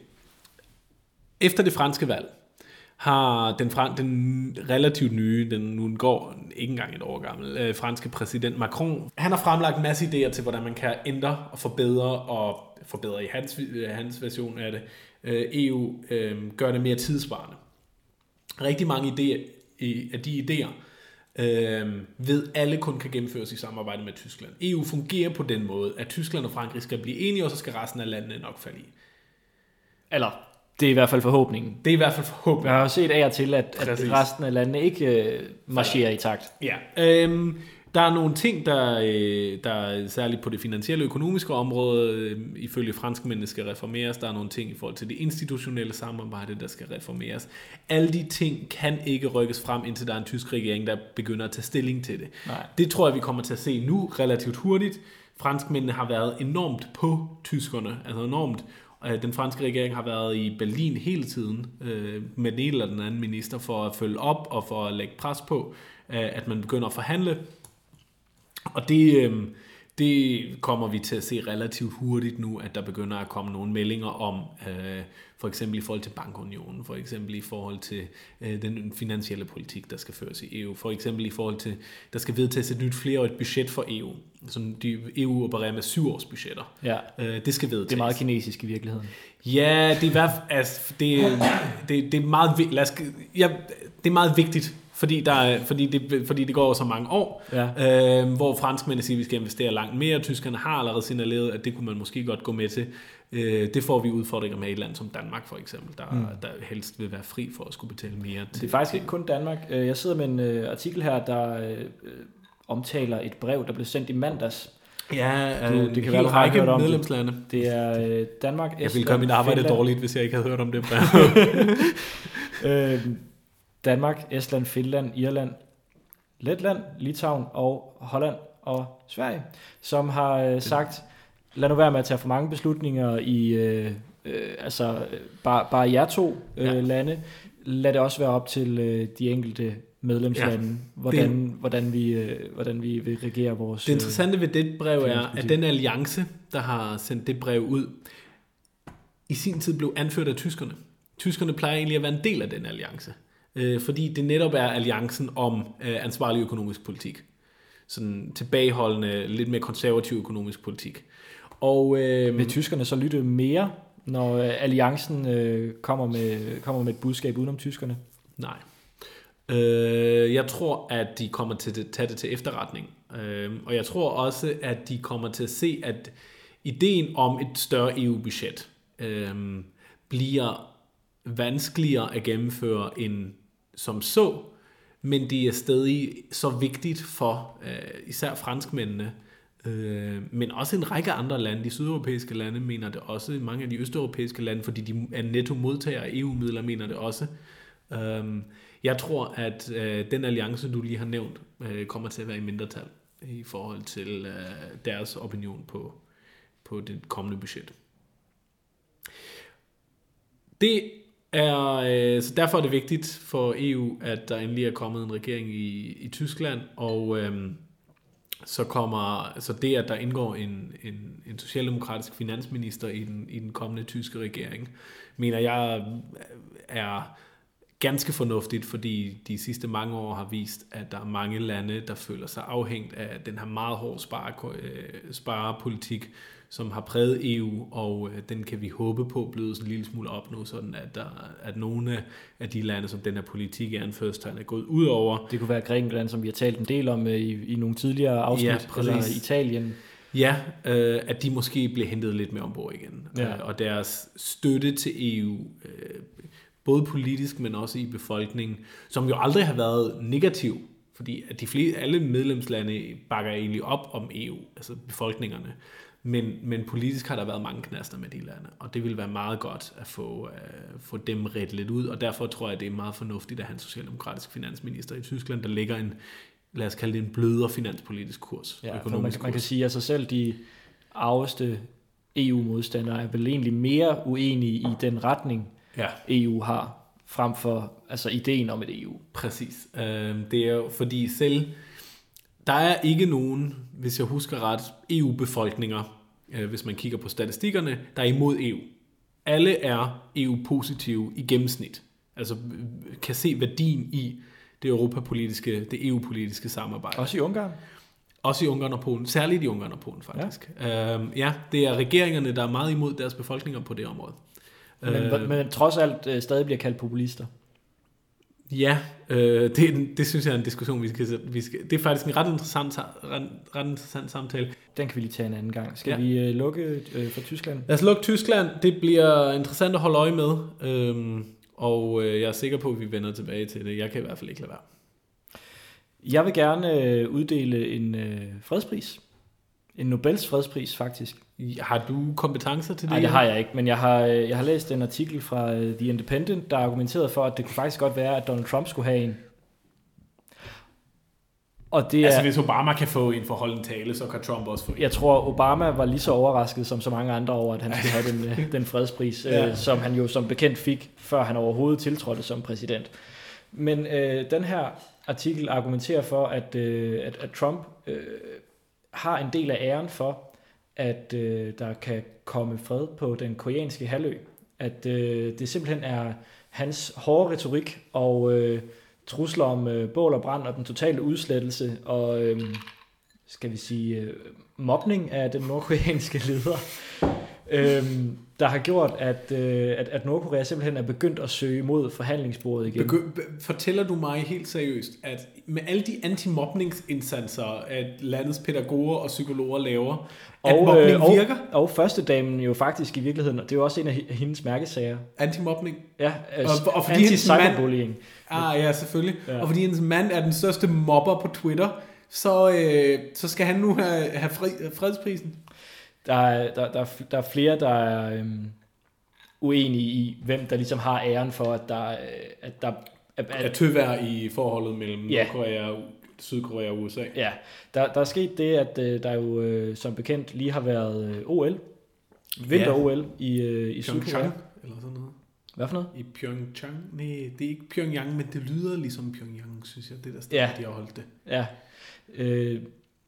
Efter det franske valg har den, fran- den relativt nye, den nu går ikke engang et år gammel, øh, franske præsident Macron, han har fremlagt en masse idéer til, hvordan man kan ændre og forbedre, og forbedre i hans, hans version af det, øh, E U øh, gør det mere tidsvarende. Rigtig mange idéer, af de idéer, øh, ved alle kun kan gennemføres i samarbejde med Tyskland. E U fungerer på den måde, at Tyskland og Frankrig skal blive enige, og så skal resten af landene nok falde i. Eller... Det er i hvert fald forhåbningen. Det er i hvert fald forhåbningen. Jeg har jo set af og til, at, at resten af landene ikke øh, marcherer i takt. Ja. Øhm, der er nogle ting, der, øh, der er særligt på det finansielle og økonomiske område, øh, ifølge franskmændene skal reformeres. Der er nogle ting i forhold til det institutionelle samarbejde, der skal reformeres. Alle de ting kan ikke rykkes frem, indtil der er en tysk regering, der begynder at tage stilling til det. Nej. Det tror jeg, vi kommer til at se nu relativt hurtigt. Franskmændene har været enormt på tyskerne, altså enormt. Den franske regering har været i Berlin hele tiden øh, med den ene eller den anden minister for at følge op og for at lægge pres på, øh, at man begynder at forhandle. Og det, øh, det kommer vi til at se relativt hurtigt nu, at der begynder at komme nogle meldinger om, øh, for eksempel i forhold til bankunionen, for eksempel i forhold til øh, den finansielle politik, der skal føres i E U, for eksempel i forhold til, der skal vedtages et nyt flereårigt budget for E U. Sådan de, E U opererer med syvårsbudgetter. Ja. Øh, det skal vedtages. Det er meget kinesisk i virkeligheden. Ja, det er, hvert, altså, det, det, det er meget, lad os, ja, det er meget vigtigt, fordi, der er, fordi, det, fordi det går over så mange år, ja. øh, hvor franskmændene siger, at vi skal investere langt mere. Tyskerne har allerede signaleret, at det kunne man måske godt gå med til. Øh, det får vi udfordringer med i et land som Danmark for eksempel, der, mm. der helst vil være fri for at skulle betale mere. Det er faktisk ikke kun Danmark. Jeg sidder med en uh, artikel her, der uh, omtaler et brev, der blev sendt i mandags. Ja, du, det kan være, du har hørt om medlemslande. Det, det er uh, Danmark, Estland, Jeg ville gøre mit arbejde Finland. Dårligt, hvis jeg ikke havde hørt om det. øh, Danmark, Estland, Finland, Irland, Letland, Litauen og Holland og Sverige, som har uh, sagt, lad nu være med at tage for mange beslutninger i uh, uh, altså bare, bare jer to uh, ja. lande. Lad det også være op til uh, de enkelte medlemslande, ja, hvordan, det, hvordan, vi, øh, hvordan vi vil regere vores... Det interessante ved det brev er, at den alliance, der har sendt det brev ud, i sin tid blev anført af tyskerne. Tyskerne plejer egentlig at være en del af den alliance, øh, fordi det netop er alliancen om øh, ansvarlig økonomisk politik. Sådan tilbageholdende, lidt mere konservativ økonomisk politik. Og, øh, vil tyskerne så lytte mere, når øh, alliancen øh, kommer, med, kommer med et budskab udenom tyskerne? Nej. Øh, jeg tror, at de kommer til at tage det til efterretning. Øh, og jeg tror også, at de kommer til at se, at ideen om et større E U-budget øh, bliver vanskeligere at gennemføre end som så, men det er stadig så vigtigt for øh, især franskmændene, øh, men også en række andre lande. De sydeuropæiske lande mener det også, mange af de østeuropæiske lande, fordi de er netto modtagere af E U-midler, mener det også. Øh, Jeg tror, at øh, den alliance, du lige har nævnt, øh, kommer til at være i mindretal i forhold til øh, deres opinion på, på det kommende budget. Det er, øh, så derfor er det vigtigt for E U, at der endelig er kommet en regering i, i Tyskland, og øh, så kommer så det, at der indgår en, en, en socialdemokratisk finansminister i den, i den kommende tyske regering, mener jeg er ganske fornuftigt, fordi de sidste mange år har vist, at der er mange lande, der føler sig afhængt af den her meget hårde sparepolitik, som har præget E U, og den kan vi håbe på bløde en lille smule op nu, sådan at, der, at nogle af de lande, som den her politik er anførstegn, er gået ud over. Det kunne være Grækenland, som vi har talt en del om i, i nogle tidligere afsnit, ja, eller Italien. Ja, øh, at de måske bliver hentet lidt mere ombord igen. Ja. Øh, og deres støtte til E U, øh, både politisk, men også i befolkningen, som jo aldrig har været negativ, fordi at de fleste, alle medlemslande bakker egentlig op om E U, altså befolkningerne. Men, men politisk har der været mange knaster med de lande, og det vil være meget godt at få, uh, få dem rettet lidt ud, og derfor tror jeg, det er meget fornuftigt at have en socialdemokratisk finansminister i Tyskland, der lægger en, lad os kalde det en blødere finanspolitisk kurs. Ja, økonomisk man, kurs. man kan sige, at altså selv de arveste E U-modstandere er vel egentlig mere uenige i den retning, ja. E U har, frem for altså ideen om et E U. Præcis. Uh, det er jo fordi selv der er ikke nogen, hvis jeg husker ret, E U-befolkninger, øh, hvis man kigger på statistikkerne, der er imod E U. Alle er E U-positive i gennemsnit. Altså kan se værdien i det europapolitiske, det E U-politiske samarbejde. Også i Ungarn? Også i Ungarn og Polen. Særligt i Ungarn og Polen, faktisk. Ja, øh, ja det er regeringerne, der er meget imod deres befolkninger på det område. Men, øh, men trods alt øh, stadig bliver kaldt populister. Ja, øh, det, det synes jeg er en diskussion, vi skal, vi skal... Det er faktisk en ret interessant, ret, ret interessant samtale. Den kan vi lige tage en anden gang. Skal ja. vi øh, lukke øh, for Tyskland? Lad os lukke Tyskland. Det bliver interessant at holde øje med. Øhm, og øh, jeg er sikker på, at vi vender tilbage til det. Jeg kan i hvert fald ikke lade være. Jeg vil gerne øh, uddele en øh, fredspris. En Nobels fredspris, faktisk. Har du kompetencer til det? Nej, det har jeg ikke, men jeg har, jeg har læst en artikel fra The Independent, der argumenterede for, at det kunne faktisk godt være, at Donald Trump skulle have en. Og det altså er, hvis Obama kan få en forholden tale, så kan Trump også få en. Jeg tror, Obama var lige så overrasket som så mange andre over, at han skulle have den, den fredspris, ja. øh, som han jo som bekendt fik, før han overhovedet tiltrådte som præsident. Men øh, den her artikel argumenterer for, at, øh, at, at Trump øh, har en del af æren for, at øh, der kan komme fred på den koreanske halvø. At øh, det simpelthen er hans hårde retorik og øh, trusler om øh, bål og brand og den totale udslettelse og øh, skal vi sige øh, mobning af den nordkoreanske leder, øh, der har gjort, at, øh, at, at Nordkorea simpelthen er begyndt at søge mod forhandlingsbordet igen. Begy- fortæller du mig helt seriøst, at med alle de anti-mobningsindsatser, at landets pædagoger og psykologer laver, at og, mobning øh, og, virker? Og førstedamen jo faktisk i virkeligheden, det er jo også en af hendes mærkesager. Anti-mobning? Ja, altså, og, og fordi anti-cyberbullying. Ah ja, selvfølgelig. Ja. Og fordi hendes mand er den største mobber på Twitter, så, øh, så skal han nu have, have fri, fredsprisen. Der er, der, der, der er flere, der er øhm, uenige i, hvem der ligesom har æren for, at der, at der at, at tøvær i forholdet mellem ja. Nordkorea, Sydkorea og U S A. Ja, der, der er sket det, at øh, der jo øh, som bekendt lige har været øh, O L, vinter-O L ja. i, øh, i Sydkorea. Eller sådan noget. Hvad for noget? I Pyeongchang. Nej, det er ikke Pyongyang, men det lyder ligesom Pyongyang, synes jeg. Det der sted, ja. de har holdt det. Ja, øh,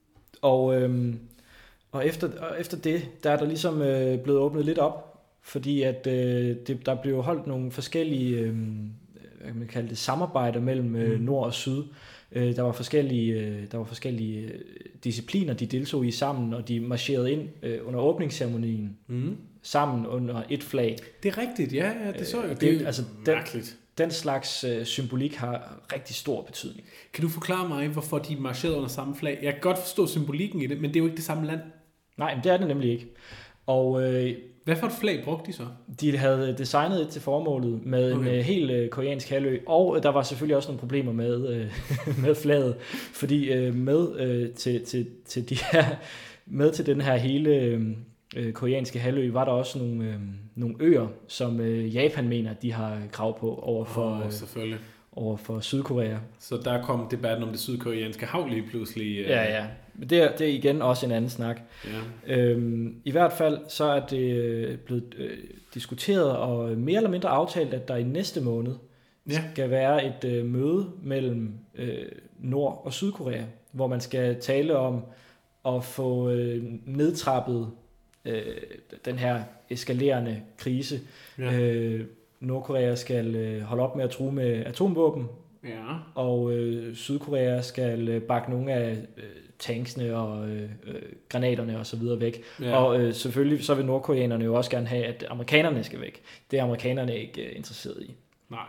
og... Øh, Og efter, og efter det, der er der ligesom øh, blevet åbnet lidt op, fordi at øh, det, der blev holdt nogle forskellige, øh, hvad kan man kalde det, samarbejder mellem øh, mm. nord og syd. Øh, der var forskellige, øh, der var forskellige øh, discipliner, de deltog i sammen, og de marcherede ind øh, under åbningsceremonien mm. sammen under et flag. Det er rigtigt, ja, ja det så jeg. Øh, det, det er altså, mærkeligt. Den, den slags øh, symbolik har rigtig stor betydning. Kan du forklare mig, hvorfor de marcherede under samme flag? Jeg kan godt forstå symbolikken i det, men det er jo ikke det samme land. Nej, men det er det nemlig ikke. Og øh, hvad for et flag brugte de så? De havde designet et til formålet med okay. en uh, helt uh, koreansk halvø, og uh, der var selvfølgelig også nogle problemer med, uh, med flaget, fordi uh, med uh, til, til, til de her, med til den her hele uh, koreanske halvø var der også nogle, uh, nogle øer, som uh, Japan mener, de har krav på over for, oh, selvfølgelig. Uh, over for Sydkorea. Så der kom debatten om det sydkoreanske hav lige pludselig. Uh... Ja, ja. Det er, det er igen også en anden snak. Ja. Øhm, I hvert fald så er det blevet øh, diskuteret og mere eller mindre aftalt, at der i næste måned ja. skal være et øh, møde mellem øh, Nord- og Sydkorea, hvor man skal tale om at få øh, nedtrappet øh, den her eskalerende krise. Ja. Øh, Nordkorea skal øh, holde op med at true med atomvåben, ja. og øh, Sydkorea skal øh, bakke nogle af øh, tanksene og øh, øh, granaterne og så videre væk. Ja. Og øh, selvfølgelig så vil nordkoreanerne jo også gerne have, at amerikanerne skal væk. Det er amerikanerne ikke øh, interesseret i. Nej.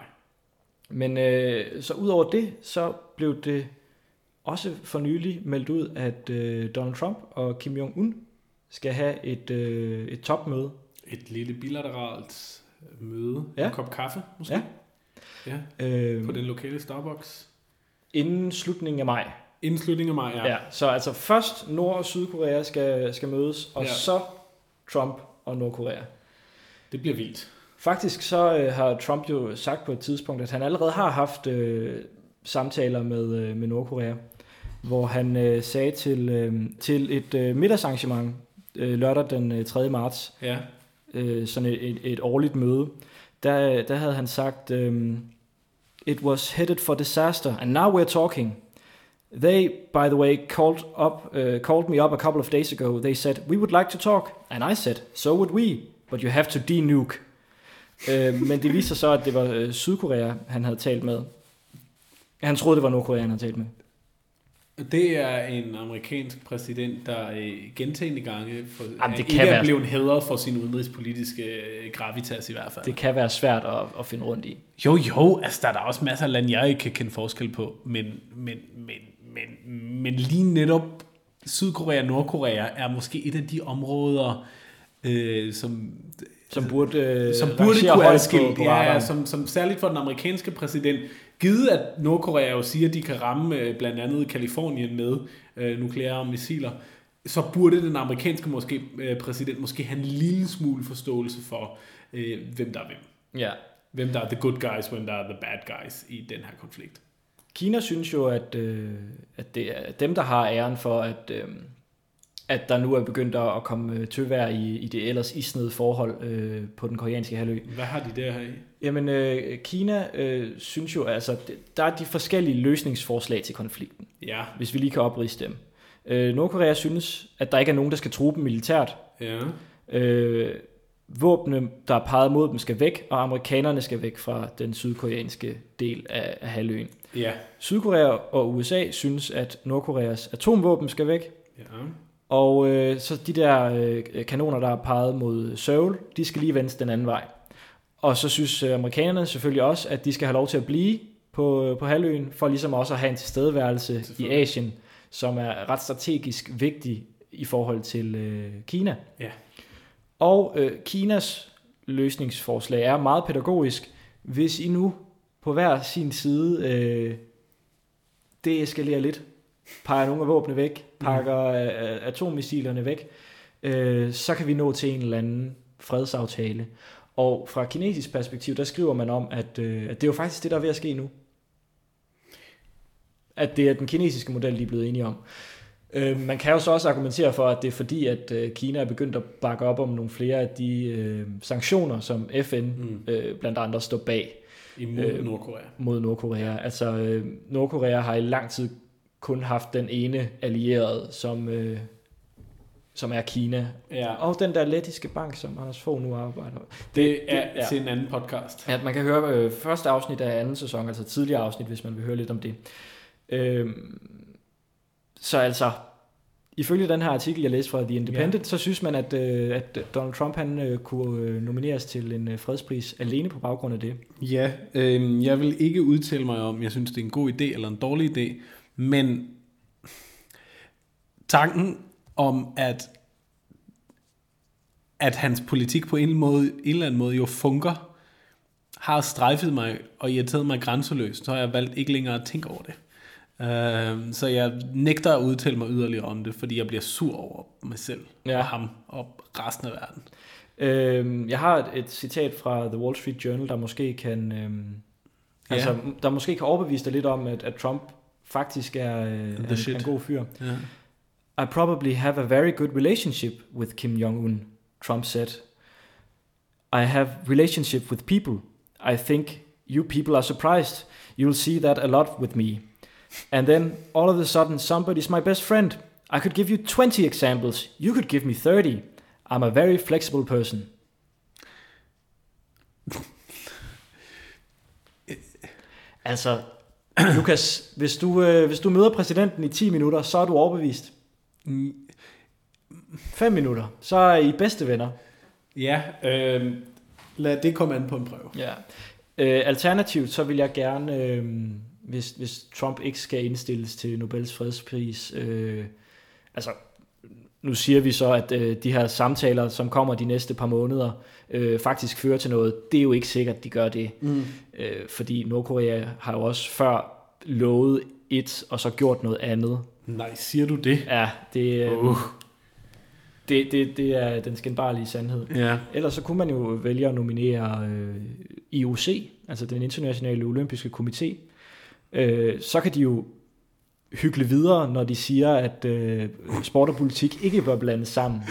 Men øh, så ud over det, så blev det også for nylig meldt ud, at øh, Donald Trump og Kim Jong-un skal have et, øh, et topmøde. Et lille bilateralt møde. Ja. En kop kaffe, måske? Ja. Ja, øh, på den lokale Starbucks. Inden slutningen af maj. Inden slutningen af maj, ja. Ja, så altså først Nord- og Sydkorea skal, skal mødes, og ja. så Trump og Nordkorea. Det bliver vildt. Faktisk så øh, har Trump jo sagt på et tidspunkt, at han allerede har haft øh, samtaler med, øh, med Nordkorea, hvor han øh, sagde til, øh, til et øh, middagsarrangement øh, lørdag den øh, tredje marts, ja. øh, sådan et, et, et årligt møde, der, der havde han sagt, øh, it was headed for disaster, and now we're talking. They, by the way, called up, uh, called me up a couple of days ago. They said, we would like to talk. And I said, so would we, but you have to denuke. uh, men det viser så, at det var uh, Sydkorea, han havde talt med. Han troede, det var Nordkorea, han havde talt med. Det er en amerikansk præsident, der øh, gentagende gange for, Jamen, det ikke kan er være... blevet hædret for sin udenrigspolitiske øh, gravitas i hvert fald. Det kan være svært at, at finde rundt i. Jo, jo, altså der er der også masser af lande, jeg ikke kan kende forskel på, men, men, men, men, men lige netop Sydkorea og Nordkorea er måske et af de områder, øh, som... Som burde, øh, som burde kunne adskille, på, på ja, som, som særligt for den amerikanske præsident, givet at Nordkorea jo siger, at de kan ramme øh, blandt andet Kalifornien med øh, nukleare missiler, så burde den amerikanske måske, øh, præsident måske have en lille smule forståelse for, øh, hvem der er hvem. Ja. Hvem der er the good guys, hvem der er the bad guys i den her konflikt. Kina synes jo, at, øh, at det er dem, der har æren for, at... Øh, at der nu er begyndt at komme tøvejr i, i det ellers isnede forhold øh, på den koreanske halvø. Hvad har de der her i? Jamen, øh, Kina øh, synes jo, altså, der er de forskellige løsningsforslag til konflikten, ja. Hvis vi lige kan opriste dem. Øh, Nordkorea synes, at der ikke er nogen, der skal true dem militært. Ja. Øh, våbne, der er peget mod dem, skal væk, og amerikanerne skal væk fra den sydkoreanske del af, af halvøen. Ja. Sydkorea og U S A synes, at Nordkoreas atomvåben skal væk. Ja. Og øh, så de der øh, kanoner, der er peget mod Seoul, de skal lige vendes den anden vej. Og så synes øh, amerikanerne selvfølgelig også, at de skal have lov til at blive på, på halvøen, for ligesom også at have en tilstedeværelse i Asien, som er ret strategisk vigtig i forhold til øh, Kina. Ja. Og øh, Kinas løsningsforslag er meget pædagogisk. Hvis I nu på hver sin side øh, deeskalerer lidt, peger nogle af våbne væk, pakker mm. atommissilerne væk, øh, så kan vi nå til en eller anden fredsaftale. Og fra kinesisk perspektiv, der skriver man om, at, øh, at det er jo faktisk det, der er ved at ske nu. At det er den kinesiske model, de er blevet enige om. Øh, man kan jo så også argumentere for, at det er fordi, at øh, Kina er begyndt at bakke op om nogle flere af de øh, sanktioner, som F N mm. øh, blandt andre står bag. Imod øh, Nordkorea. Mod Nordkorea. Altså, øh, Nordkorea har i lang tid kun haft den ene allierede, som, øh, som er Kina. Ja. Og den der lettiske bank, som Anders Fogh nu arbejder. Det, det er ja. til en anden podcast. Ja, man kan høre øh, første afsnit af anden sæson, altså tidligere afsnit, hvis man vil høre lidt om det. Øh, så altså, ifølge den her artikel, jeg læste fra The Independent, ja. Så synes man, at, øh, at Donald Trump han øh, kunne øh, nomineres til en øh, fredspris alene på baggrund af det. Ja, øh, jeg vil ikke udtale mig om, jeg synes, det er en god idé eller en dårlig idé, men tanken om, at, at hans politik på en, måde, en eller anden måde jo funker, har strejfet mig og irriteret mig grænseløst, så har jeg valgt ikke længere at tænke over det. Uh, så jeg nægter at udtale mig yderligere om det, fordi jeg bliver sur over mig selv ja. og ham og resten af verden. Øh, jeg har et, et citat fra The Wall Street Journal, der måske kan, øh, ja. altså, der måske kan overbevise dig lidt om, at, at Trump faktisk er øh, en, en god fyr. Yeah. I probably have a very good relationship with Kim Jong-un, Trump said. I have relationship with people. I think you people are surprised. You'll see that a lot with me. And then all of a sudden somebody's my best friend. I could give you twenty examples. You could give me thirty. I'm a very flexible person. Altså, Lukas, hvis du, øh, hvis du møder præsidenten i ti minutter, så er du overbevist. fem minutter, så er I bedste venner. Ja, øh, lad det komme an på en prøve. Ja. Øh, alternativt, så vil jeg gerne, øh, hvis, hvis Trump ikke skal indstilles til Nobels fredspris, øh, altså nu siger vi så, at øh, de her samtaler, som kommer de næste par måneder, øh, faktisk fører til noget. Det er jo ikke sikkert, at de gør det. Mm. Øh, fordi Nordkorea har jo også før lovet et, og så gjort noget andet. Nej, siger du det? Ja, det, øh, uh. det, det, det er den skinbarlige sandhed. Ja. Ellers så kunne man jo vælge at nominere øh, I O C, altså den internationale olympiske komité. Øh, så kan de jo hygge videre, når de siger, at øh, sport og politik ikke bør blandes sammen.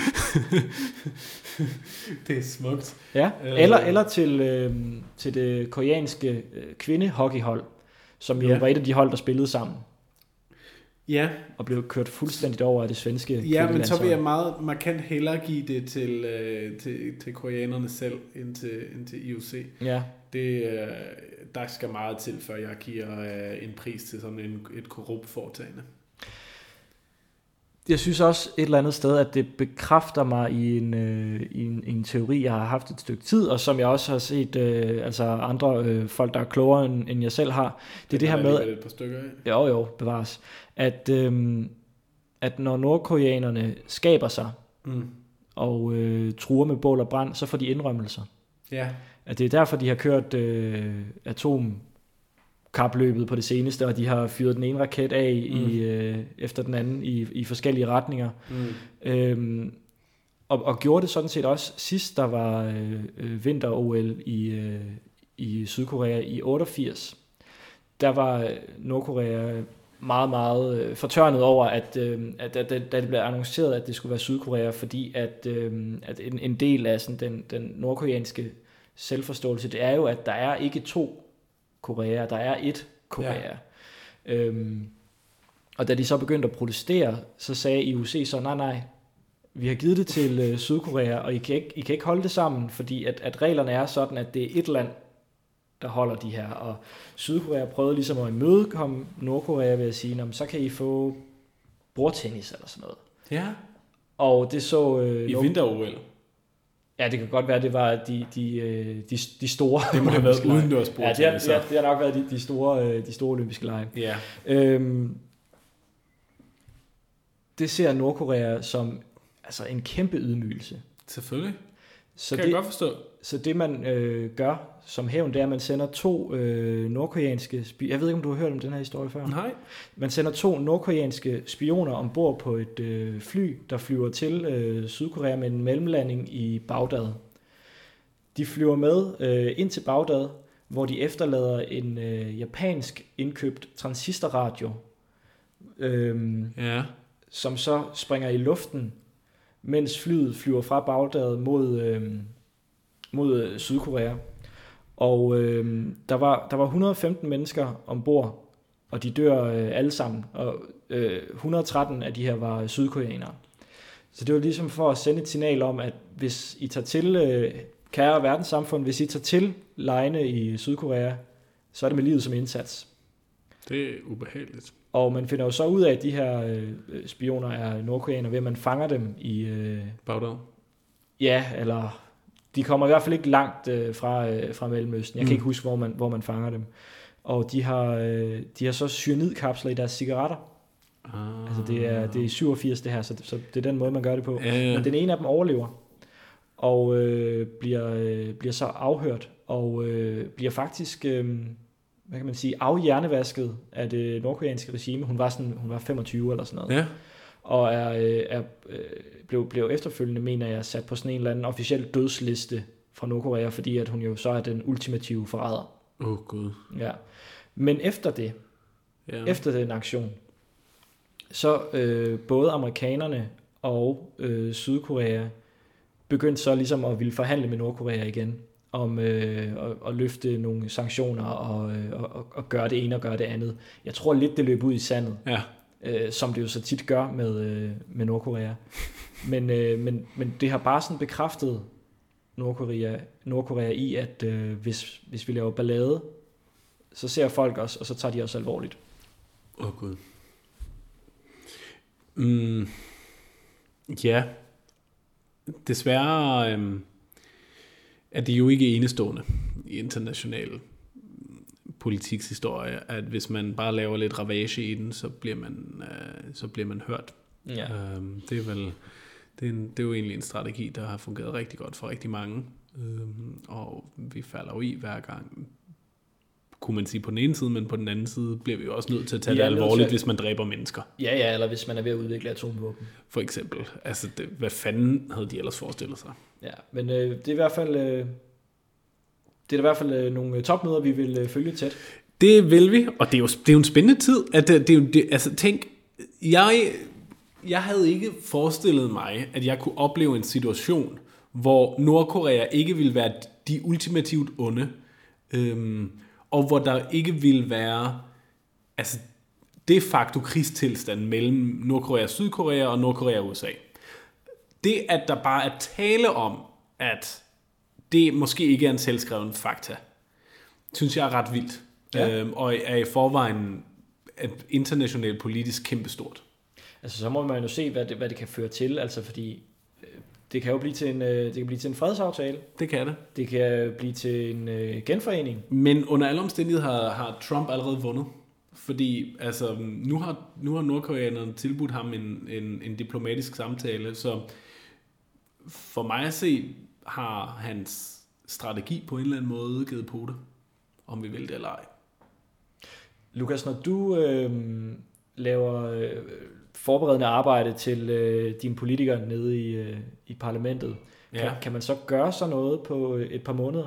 Det er smukt. Ja, eller, eller til, øh, til det koreanske øh, kvindehockeyhold, som jo ja. var et af de hold, der spillede sammen. Ja. Og blev kørt fuldstændigt over af det svenske. Ja, men så vil jeg meget markant hellere give det til, øh, til, til koreanerne selv, end til, end til I O C. Ja. Det, øh, der skal meget til, før jeg giver øh, en pris til sådan en, et korrupt foretagende. Jeg synes også et eller andet sted, at det bekræfter mig i en, øh, i en, i en teori, jeg har haft et stykke tid, og som jeg også har set øh, altså andre øh, folk, der er klogere, end, end jeg selv har. Det, det er det her med... Et par stykker af. Jo, jo, bevares. At, øh, at når nordkoreanerne skaber sig, mm. og øh, truer med bål og brand, så får de indrømmelser. Ja. At det er derfor, de har kørt øh, atomkapløbet på det seneste, og de har fyret den ene raket af mm. i, øh, efter den anden i, i forskellige retninger. Mm. Øhm, og, og gjorde det sådan set også sidst, der var øh, vinter-O L i, øh, i Sydkorea i otteogfirs. Der var Nordkorea meget, meget fortørnet over, at, øh, at, at, at da det blev annonceret, at det skulle være Sydkorea, fordi at, øh, at en, en del af sådan, den, den nordkoreanske selvforståelse, det er jo, at der er ikke to Korea, der er et Korea. Ja. Øhm, og da de så begyndte at protestere, så sagde I O C så, nej, nej, vi har givet det til øh, Sydkorea, og I kan, ikke, I kan ikke holde det sammen, fordi at, at reglerne er sådan, at det er et land, der holder de her. Og Sydkorea prøvede ligesom at imødekomme Nordkorea ved at sige, så kan I få bordtennis eller sådan noget. Ja. Og det så... Øh, I Nord- vinter-O L. Ja, det kan godt være, det var de, de, de, de store... Det må have været udendørs bordtennis. Ja, det har, det, har, det har nok været de, de, store, de store olympiske lege. Ja. Øhm, det ser Nordkorea som altså en kæmpe ydmygelse. Selvfølgelig. Så kan det, jeg godt forstå. Så det man øh, gør som hævn, det er, at man sender to øh, nordkoreanske... Spi- jeg ved ikke, om du har hørt om den her historie før? Nej. Man sender to nordkoreanske spioner ombord på et øh, fly, der flyver til øh, Sydkorea med en mellemlanding i Bagdad. De flyver med øh, ind til Bagdad, hvor de efterlader en øh, japansk indkøbt transistorradio, øh, ja. som så springer i luften, mens flyet flyver fra Bagdad mod, øh, mod Sydkorea. Og øh, der, var, der var et hundrede og femten mennesker ombord, og de dør øh, alle sammen. Og øh, et hundrede og tretten af de her var sydkoreanere. Så det var ligesom for at sende et signal om, at hvis I tager til, øh, kære verdenssamfund, hvis I tager til legene i Sydkorea, så er det med livet som indsats. Det er ubehageligt. Og man finder jo så ud af, at de her øh, spioner er nordkoreanere, ved at man fanger dem i... Øh, Bagdad? Ja, eller... De kommer i hvert fald ikke langt øh, fra, øh, fra Mellemøsten. Jeg kan mm. ikke huske, hvor man, hvor man fanger dem. Og de har, øh, de har så cyanidkapsler i deres cigaretter. Ah. Altså det er, det er syvogfirs det her, så det, så det er den måde, man gør det på. Ja, ja. Men den ene af dem overlever, og øh, bliver, øh, bliver så afhørt, og øh, bliver faktisk... Øh, hvad kan man sige, afhjernevasket af det nordkoreanske regime. Hun var sådan, hun var femogtyve eller sådan noget. Ja. Og er, er blev, blev efterfølgende, mener jeg, sat på sådan en eller anden officiel dødsliste fra Nordkorea, fordi at hun jo så er den ultimative forræder. Åh oh, gud. Ja. Men efter det, ja. efter den aktion, så øh, både amerikanerne og øh, Sydkorea begyndte så ligesom at ville forhandle med Nordkorea igen, om øh, at, at løfte nogle sanktioner og, øh, og, og gøre det ene og gøre det andet. Jeg tror lidt, det løb ud i sandet, ja. øh, som det jo så tit gør med, øh, med Nordkorea. men, øh, men, men det har bare sådan bekræftet Nordkorea, Nordkorea i, at øh, hvis, hvis vi laver ballade, så ser folk os, og så tager de os alvorligt. Åh oh, gud. Mm, ja. Desværre... Øh... at det jo ikke er enestående i international politikshistorie, at hvis man bare laver lidt ravage i den, så bliver man, øh, så bliver man hørt. Ja. Øhm, det, er vel, det, er en, det er jo egentlig en strategi, der har fungeret rigtig godt for rigtig mange. Øhm, og vi falder jo i hver gang, kunne man sige på den ene side, men på den anden side bliver vi jo også nødt til at tage det alvorligt, at... hvis man dræber mennesker. Ja, ja, eller hvis man er ved at udvikle atomvåben. For eksempel. Altså, det, hvad fanden havde de ellers forestillet sig? Ja, men øh, det er i hvert fald, øh, det er i hvert fald øh, nogle topmøder, vi vil øh, følge tæt. Det vil vi, og det er jo, det er jo en spændende tid. At det, det er jo, det, altså, tænk, jeg, jeg havde ikke forestillet mig, at jeg kunne opleve en situation, hvor Nordkorea ikke ville være de ultimativt onde, øhm, og hvor der ikke ville være altså de facto krigstilstand mellem Nordkorea og Sydkorea og Nordkorea og U S A. Det, at der bare er tale om, at det måske ikke er en selvskreven fakta, synes jeg er ret vildt. Ja. Øhm, og er i forvejen et internationalt politisk kæmpestort. Altså så må man jo se, hvad det, hvad det kan føre til, altså fordi det kan jo blive til en, det kan blive til en fredsaftale. Det kan det. Det kan blive til en uh, genforening. Men under alle omstændigheder har, har Trump allerede vundet. Fordi altså, nu har, nu har nordkoreanerne tilbudt ham en, en, en diplomatisk samtale, så for mig at se, har hans strategi på en eller anden måde givet på det, om vi vil det eller ej. Lukas, når du øh, laver øh, forberedende arbejde til øh, dine politikere nede i, øh, i parlamentet, ja. kan, kan man så gøre så noget på et par måneder?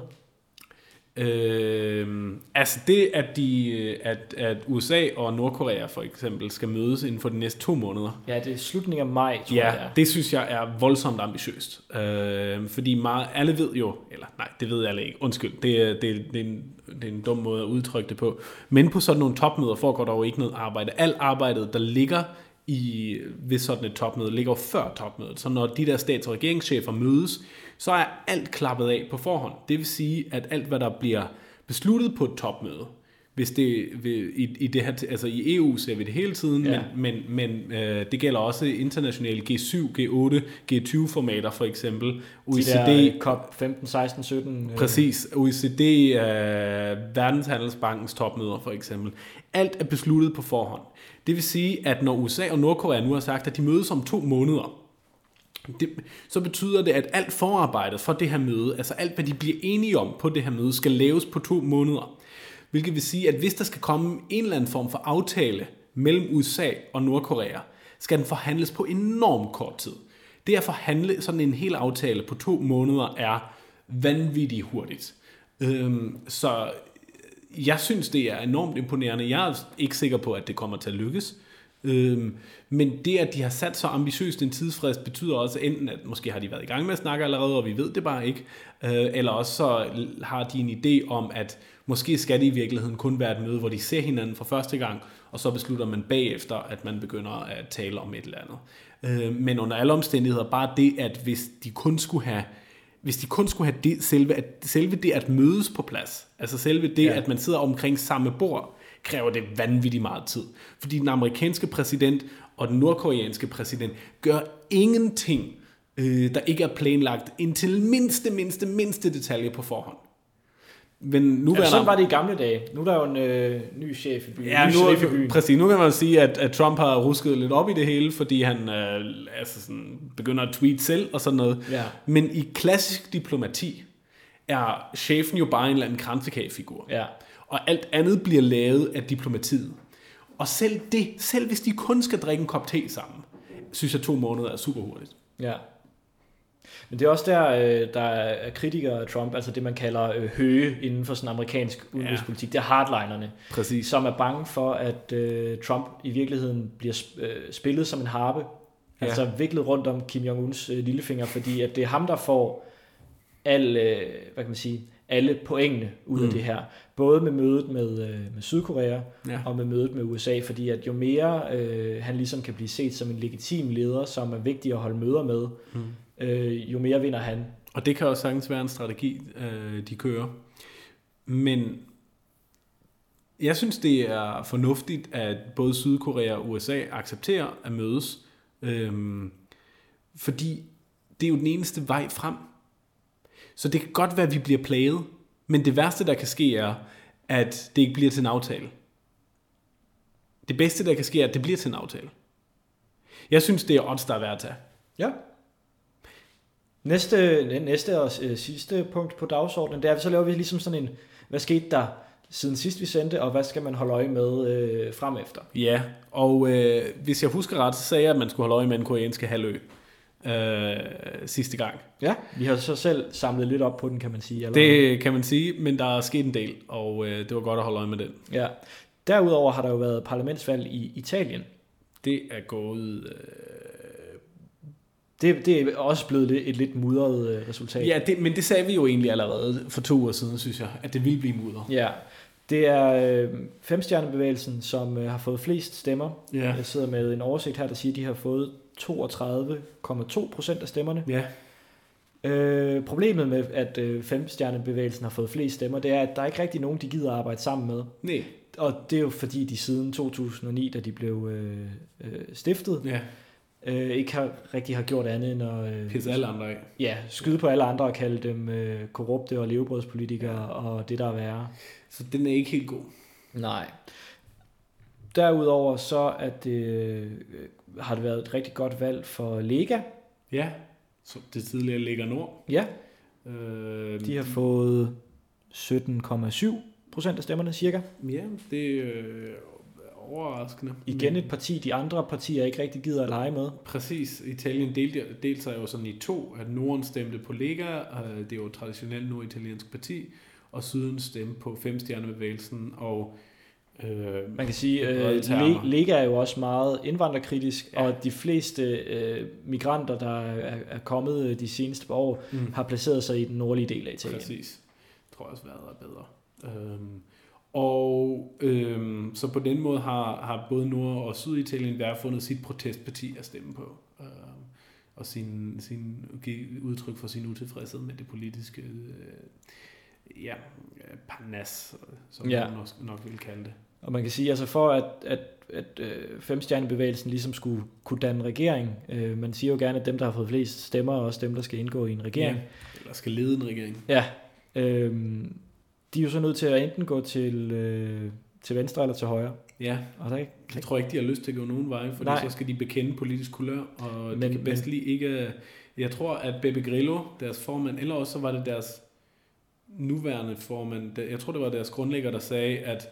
Øh, altså det, at, de, at, at U S A og Nordkorea for eksempel skal mødes inden for de næste to måneder. Ja, det er slutningen af maj, tror ja, jeg. Ja, det synes jeg er voldsomt ambitiøst. Øh, fordi meget, alle ved jo, eller nej, det ved alle ikke, undskyld, det er, det, er, det, er en, det er en dum måde at udtrykke det på. Men på sådan nogle topmøder foregår der jo ikke noget arbejde. Alt arbejdet, der ligger i, ved sådan et topmøde, ligger jo før topmødet. Så når de der stats- og regeringschefer mødes, så er alt klappet af på forhånd. Det vil sige, at alt, hvad der bliver besluttet på et topmøde, hvis det i, i det her, altså i E U ser vi det hele tiden, ja. men, men, men øh, det gælder også internationale G syv, G otte, G tyve formater for eksempel. O E C D, de der COP femten, seksten, sytten. Præcis. O E C D, øh, Verdenshandelsbankens topmøder for eksempel. Alt er besluttet på forhånd. Det vil sige, at når U S A og Nordkorea nu har sagt, at de mødes om to måneder, det, så betyder det, at alt forarbejdet for det her møde, altså alt, hvad de bliver enige om på det her møde, skal laves på to måneder. Hvilket vil sige, at hvis der skal komme en eller anden form for aftale mellem U S A og Nordkorea, skal den forhandles på enormt kort tid. Det at forhandle sådan en hel aftale på to måneder er vanvittigt hurtigt. Øhm, så jeg synes, det er enormt imponerende. Jeg er ikke sikker på, at det kommer til at lykkes. Øhm, men det, at de har sat så ambitiøst en tidsfrist, betyder også enten, at måske har de været i gang med at snakke allerede, og vi ved det bare ikke, øh, eller også så har de en idé om, at måske skal det i virkeligheden kun være et møde, hvor de ser hinanden for første gang, og så beslutter man bagefter, at man begynder at tale om et eller andet. Øh, men under alle omstændigheder, bare det, at hvis de kun skulle have Hvis de kun skulle have det, selve, at, selve det at mødes på plads, altså selve det, ja. At man sidder omkring samme bord, kræver det vanvittigt meget tid. Fordi den amerikanske præsident og den nordkoreanske præsident gør ingenting, øh, der ikke er planlagt indtil mindste, mindste, mindste detalje på forhånd. Men nu ja, sådan var det i gamle dage. Nu er der jo en øh, ny chef i byen. Ja, nu, præcis. Nu kan man sige, at, at Trump har rusket lidt op i det hele, fordi han øh, altså sådan, begynder at tweete selv og sådan noget. Ja. Men i klassisk diplomati er chefen jo bare en eller anden kransekagefigur. Ja. Og alt andet bliver lavet af diplomatiet. Og selv det, selv hvis de kun skal drikke en kop te sammen, synes jeg to måneder er super hurtigt. Ja. Men det er også der, der er kritikere af Trump, altså det man kalder høge inden for sådan amerikansk udenrigspolitik. Ja. Det er hardlinerne, præcis. Som er bange for, at uh, Trump i virkeligheden bliver spillet som en harpe. Ja. Altså viklet rundt om Kim Jong-uns uh, lillefinger, fordi at det er ham, der får al, uh, hvad kan man sige, alle pointene ud mm. af det her. Både med mødet med, uh, med Sydkorea ja. Og med mødet med U S A, fordi at jo mere uh, han ligesom kan blive set som en legitim leder, som er vigtig at holde møder med, mm. Øh, jo mere vinder han. Og det kan også sagtens være en strategi, øh, de kører. Men jeg synes, det er fornuftigt, at både Sydkorea og U S A accepterer at mødes. Øhm, fordi det er jo den eneste vej frem. Så det kan godt være, at vi bliver plaget. Men det værste, der kan ske, er, at det ikke bliver til en aftale. Det bedste, der kan ske, er, at det bliver til en aftale. Jeg synes, det er odds, der er værd at tage. Ja. Næste, næste og øh, sidste punkt på dagsordenen, det er, så laver vi ligesom sådan en, hvad skete der siden sidst vi sendte, og hvad skal man holde øje med øh, frem efter? Ja, og øh, hvis jeg husker ret, så sagde jeg, at man skulle holde øje med den koreanske halvø øh, sidste gang. Ja, vi har så selv samlet lidt op på den, kan man sige. Eller? Det kan man sige, men der er sket en del, og øh, det var godt at holde øje med den. Ja. Derudover har der jo været parlamentsvalg i Italien. Det er gået... Øh... Det, det er også blevet et lidt mudret øh, resultat. Ja, det, men det sagde vi jo egentlig allerede for to uger siden, synes jeg, at det ville blive mudret. Ja, det er øh, femstjernebevægelsen, som øh, har fået flest stemmer. Ja. Jeg sidder med en oversigt her, der siger, at de har fået toogtredive komma to procent af stemmerne. Ja. Øh, problemet med, at øh, femstjernebevægelsen har fået flest stemmer, det er, at der er ikke rigtig nogen, de gider at arbejde sammen med. Nej. Og det er jo fordi, de siden to tusind og ni, da de blev øh, øh, stiftet, Ja. øh, ikke har, rigtig har gjort andet end at øh, pisse alle andre af. Ja, skyde på alle andre og kalde dem øh, korrupte og levebrødspolitikere ja. og det, der er værre. Så den er ikke helt god. Nej. Derudover så at det, øh, har det været et rigtig godt valg for Lega. Ja, så det tidligere Lega Nord. Ja, øh, de har fået sytten komma syv procent af stemmerne cirka. Ja, det er øh, overraskende. Igen et parti, de andre partier ikke rigtig gider at lege med. Præcis. Italien delte, delte sig jo sådan i to, at Norden stemte på Lega, det er jo et traditionelt norditaliensk parti, og Syden stemte på femstjernebevægelsen, og øh, man kan sige, øh, Lega er jo også meget indvandrerkritisk, ja. Og de fleste øh, migranter, der er, er kommet de seneste par år, mm. har placeret sig i den nordlige del af Italien. Præcis. Jeg tror også, vejret er bedre. Øhm, og øhm, så på den måde har, har både Nord- og Syditalien hver fundet sit protestparti at stemme på, øhm, og sin, sin, give udtryk for sin utilfredshed med det politiske øh, ja, parnas, som ja. man nok, nok vil kalde det. Og man kan sige, altså for at, at, at øh, femstjernebevægelsen ligesom skulle kunne danne regering, øh, man siger jo gerne, at dem, der har fået flest stemmer, er også dem, der skal indgå i en regering. Ja, eller skal lede en regering. Ja, øh, de er jo så nødt til at enten gå til, øh, til venstre eller til højre. Ja, og der er ikke, jeg tror ikke, de har lyst til at gå nogen vej, for så skal de bekende politisk kulør, og men, de kan bedst lige ikke... Jeg tror, at Beppe Grillo, deres formand, eller også så var det deres nuværende formand, jeg tror, det var deres grundlægger, der sagde, at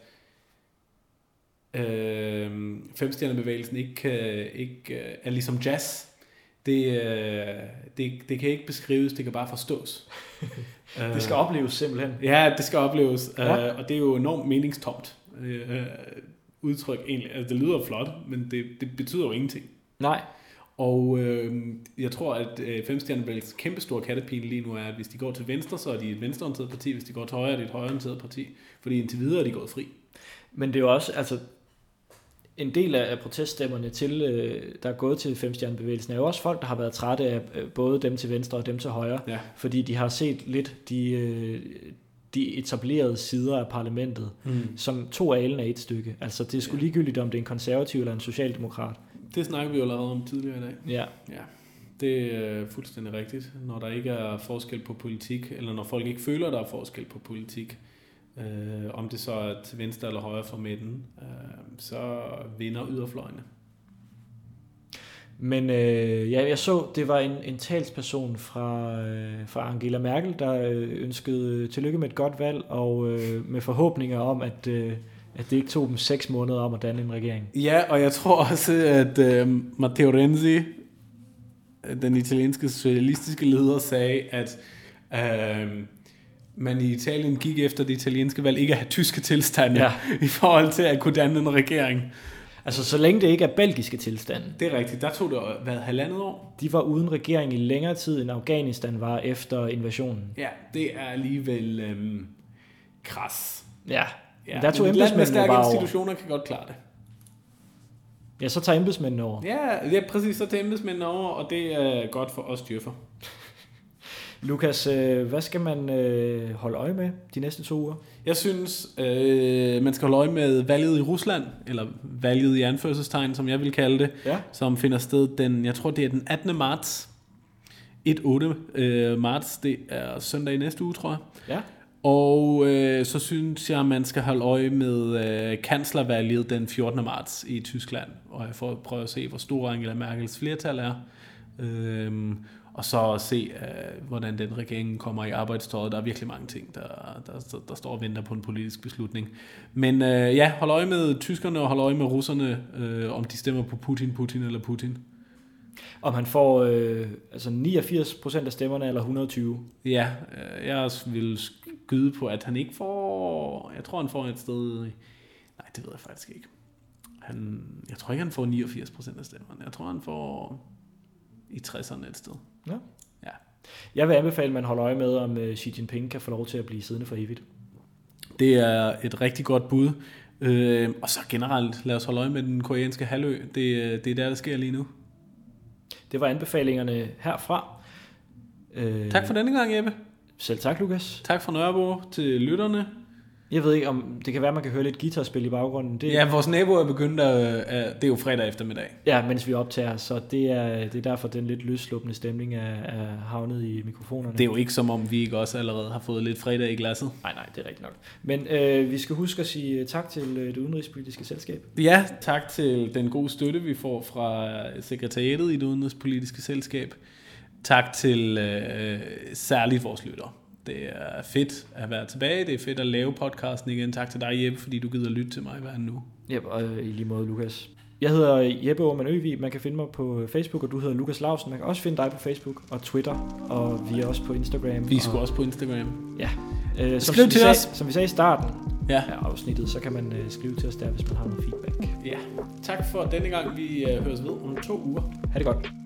øh, femstjernebevægelsen ikke, kan, ikke er ligesom jazz. Det, det, det kan ikke beskrives, det kan bare forstås. Det skal opleves simpelthen. Ja, det skal opleves, ja. Og det er jo enormt meningstomt udtryk egentlig. Altså, det lyder flot, men det, det betyder jo ingenting. Nej. Og øh, jeg tror, at øh, femstjernebevægelsens kæmpe store kattepine lige nu er, at hvis de går til venstre, så er de et venstreorienteret parti. Hvis de går til højre, er de et højreorienteret parti. Fordi indtil videre er de gået fri. Men det er jo også, altså en del af proteststemmerne til, der er gået til femstjernebevægelsen, er jo også folk, der har været trætte af både dem til venstre og dem til højre, ja. Fordi de har set lidt de, de etablerede sider af parlamentet, mm. som to alen af et stykke. Altså det er sgu ligegyldigt, om det er en konservativ eller en socialdemokrat. Det snakker vi jo allerede om tidligere i dag. Ja. Ja. Det er fuldstændig rigtigt. Når der ikke er forskel på politik, eller når folk ikke føler, der er forskel på politik, øh, om det så er til venstre eller højre for midten, øh, så vinder yderfløjene. Men øh, ja, jeg så, det var en, en talsperson fra, øh, fra Angela Merkel, der øh, ønskede tillykke med et godt valg, og øh, med forhåbninger om, at, øh, at det ikke tog dem seks måneder om at danne en regering. Ja, og jeg tror også, at øh, Matteo Renzi, den italienske socialistiske leder, sagde, at øh, man i Italien gik efter det italienske valg ikke at have tyske tilstande, ja. I forhold til at kunne danne en regering. Altså så længe det ikke er belgiske tilstande. Det er rigtigt. Der tog det hvad, halvandet år? De var uden regering i længere tid, end Afghanistan var efter invasionen. Ja, det er alligevel øhm, kras. Ja, ja. Der tog embedsmændene bare over. Institutioner kan godt klare det. Ja, så tager embedsmændene over. Ja, ja, præcis, så tager embedsmændene over, og det er godt for os djøffer. Lukas, øh, hvad skal man øh, holde øje med de næste to uger? Jeg synes, øh, man skal holde øje med valget i Rusland, eller valget i anførselstegn, som jeg vil kalde det, ja. Som finder sted den, jeg tror det er den attende marts. et otte øh, marts, det er søndag i næste uge, tror jeg. Ja. Og øh, så synes jeg, man skal holde øje med øh, kanslervalget den fjortende marts i Tyskland, og jeg får prøve at se, hvor stor Angela Merkels flertal er. Øhm, og så se, øh, hvordan den regering kommer i arbejdstøjet. Der er virkelig mange ting, der, der, der, der står og venter på en politisk beslutning. Men øh, ja, hold øje med tyskerne og hold øje med russerne, øh, om de stemmer på Putin, Putin eller Putin. Om han får øh, altså niogfirs procent af stemmerne eller et hundrede og tyve? Ja, øh, jeg vil skyde på, at han ikke får... Jeg tror, han får et sted... Nej, det ved jeg faktisk ikke. Han, jeg tror ikke, han får niogfirs procent af stemmerne. Jeg tror, han får i tresserne et sted. Ja. Ja. Jeg vil anbefale, at man holder øje med, om Xi Jinping kan få lov til at blive siddende for evigt. Det er et rigtig godt bud. Øh, og så generelt, lad os holde øje med den koreanske halvø. Det, det er der, der sker lige nu. Det var anbefalingerne herfra. Øh, tak for denne gang, Jeppe. Selv tak, Lukas. Tak fra Nørrebro til lytterne. Jeg ved ikke, om det kan være, at man kan høre lidt guitarspil i baggrunden. Det... Ja, vores naboer er begyndt at... Det er jo fredag eftermiddag. Ja, mens vi optager, så det er, det er derfor, den lidt løsslupende stemning er, er havnet i mikrofonerne. Det er jo ikke som om, vi ikke også allerede har fået lidt fredag i glasset. Nej, nej, det er rigtigt nok. Men øh, vi skal huske at sige tak til Det Udenrigspolitiske Selskab. Ja, tak til den gode støtte, vi får fra sekretariatet i Det Udenrigspolitiske Selskab. Tak til øh, særligt vores lyttere. Det er fedt at være tilbage. Det er fedt at lave podcasten igen. Tak til dig, Jeppe, fordi du gider lytte til mig hver nu. Ja, og i lige måde, Lukas. Jeg hedder Jeppe Aumann Øvig. Man kan finde mig på Facebook, og du hedder Lukas Lausen. Man kan også finde dig på Facebook og Twitter, og vi er også på Instagram. Vi er sgu og... også på Instagram. Ja. Øh, som, skriv som til sagde, os. Som vi sagde i starten ja. af afsnittet, så kan man øh, skrive til os der, hvis man har noget feedback. Ja. Tak for denne gang. Vi øh, høres ved om to uger. Ha' det godt.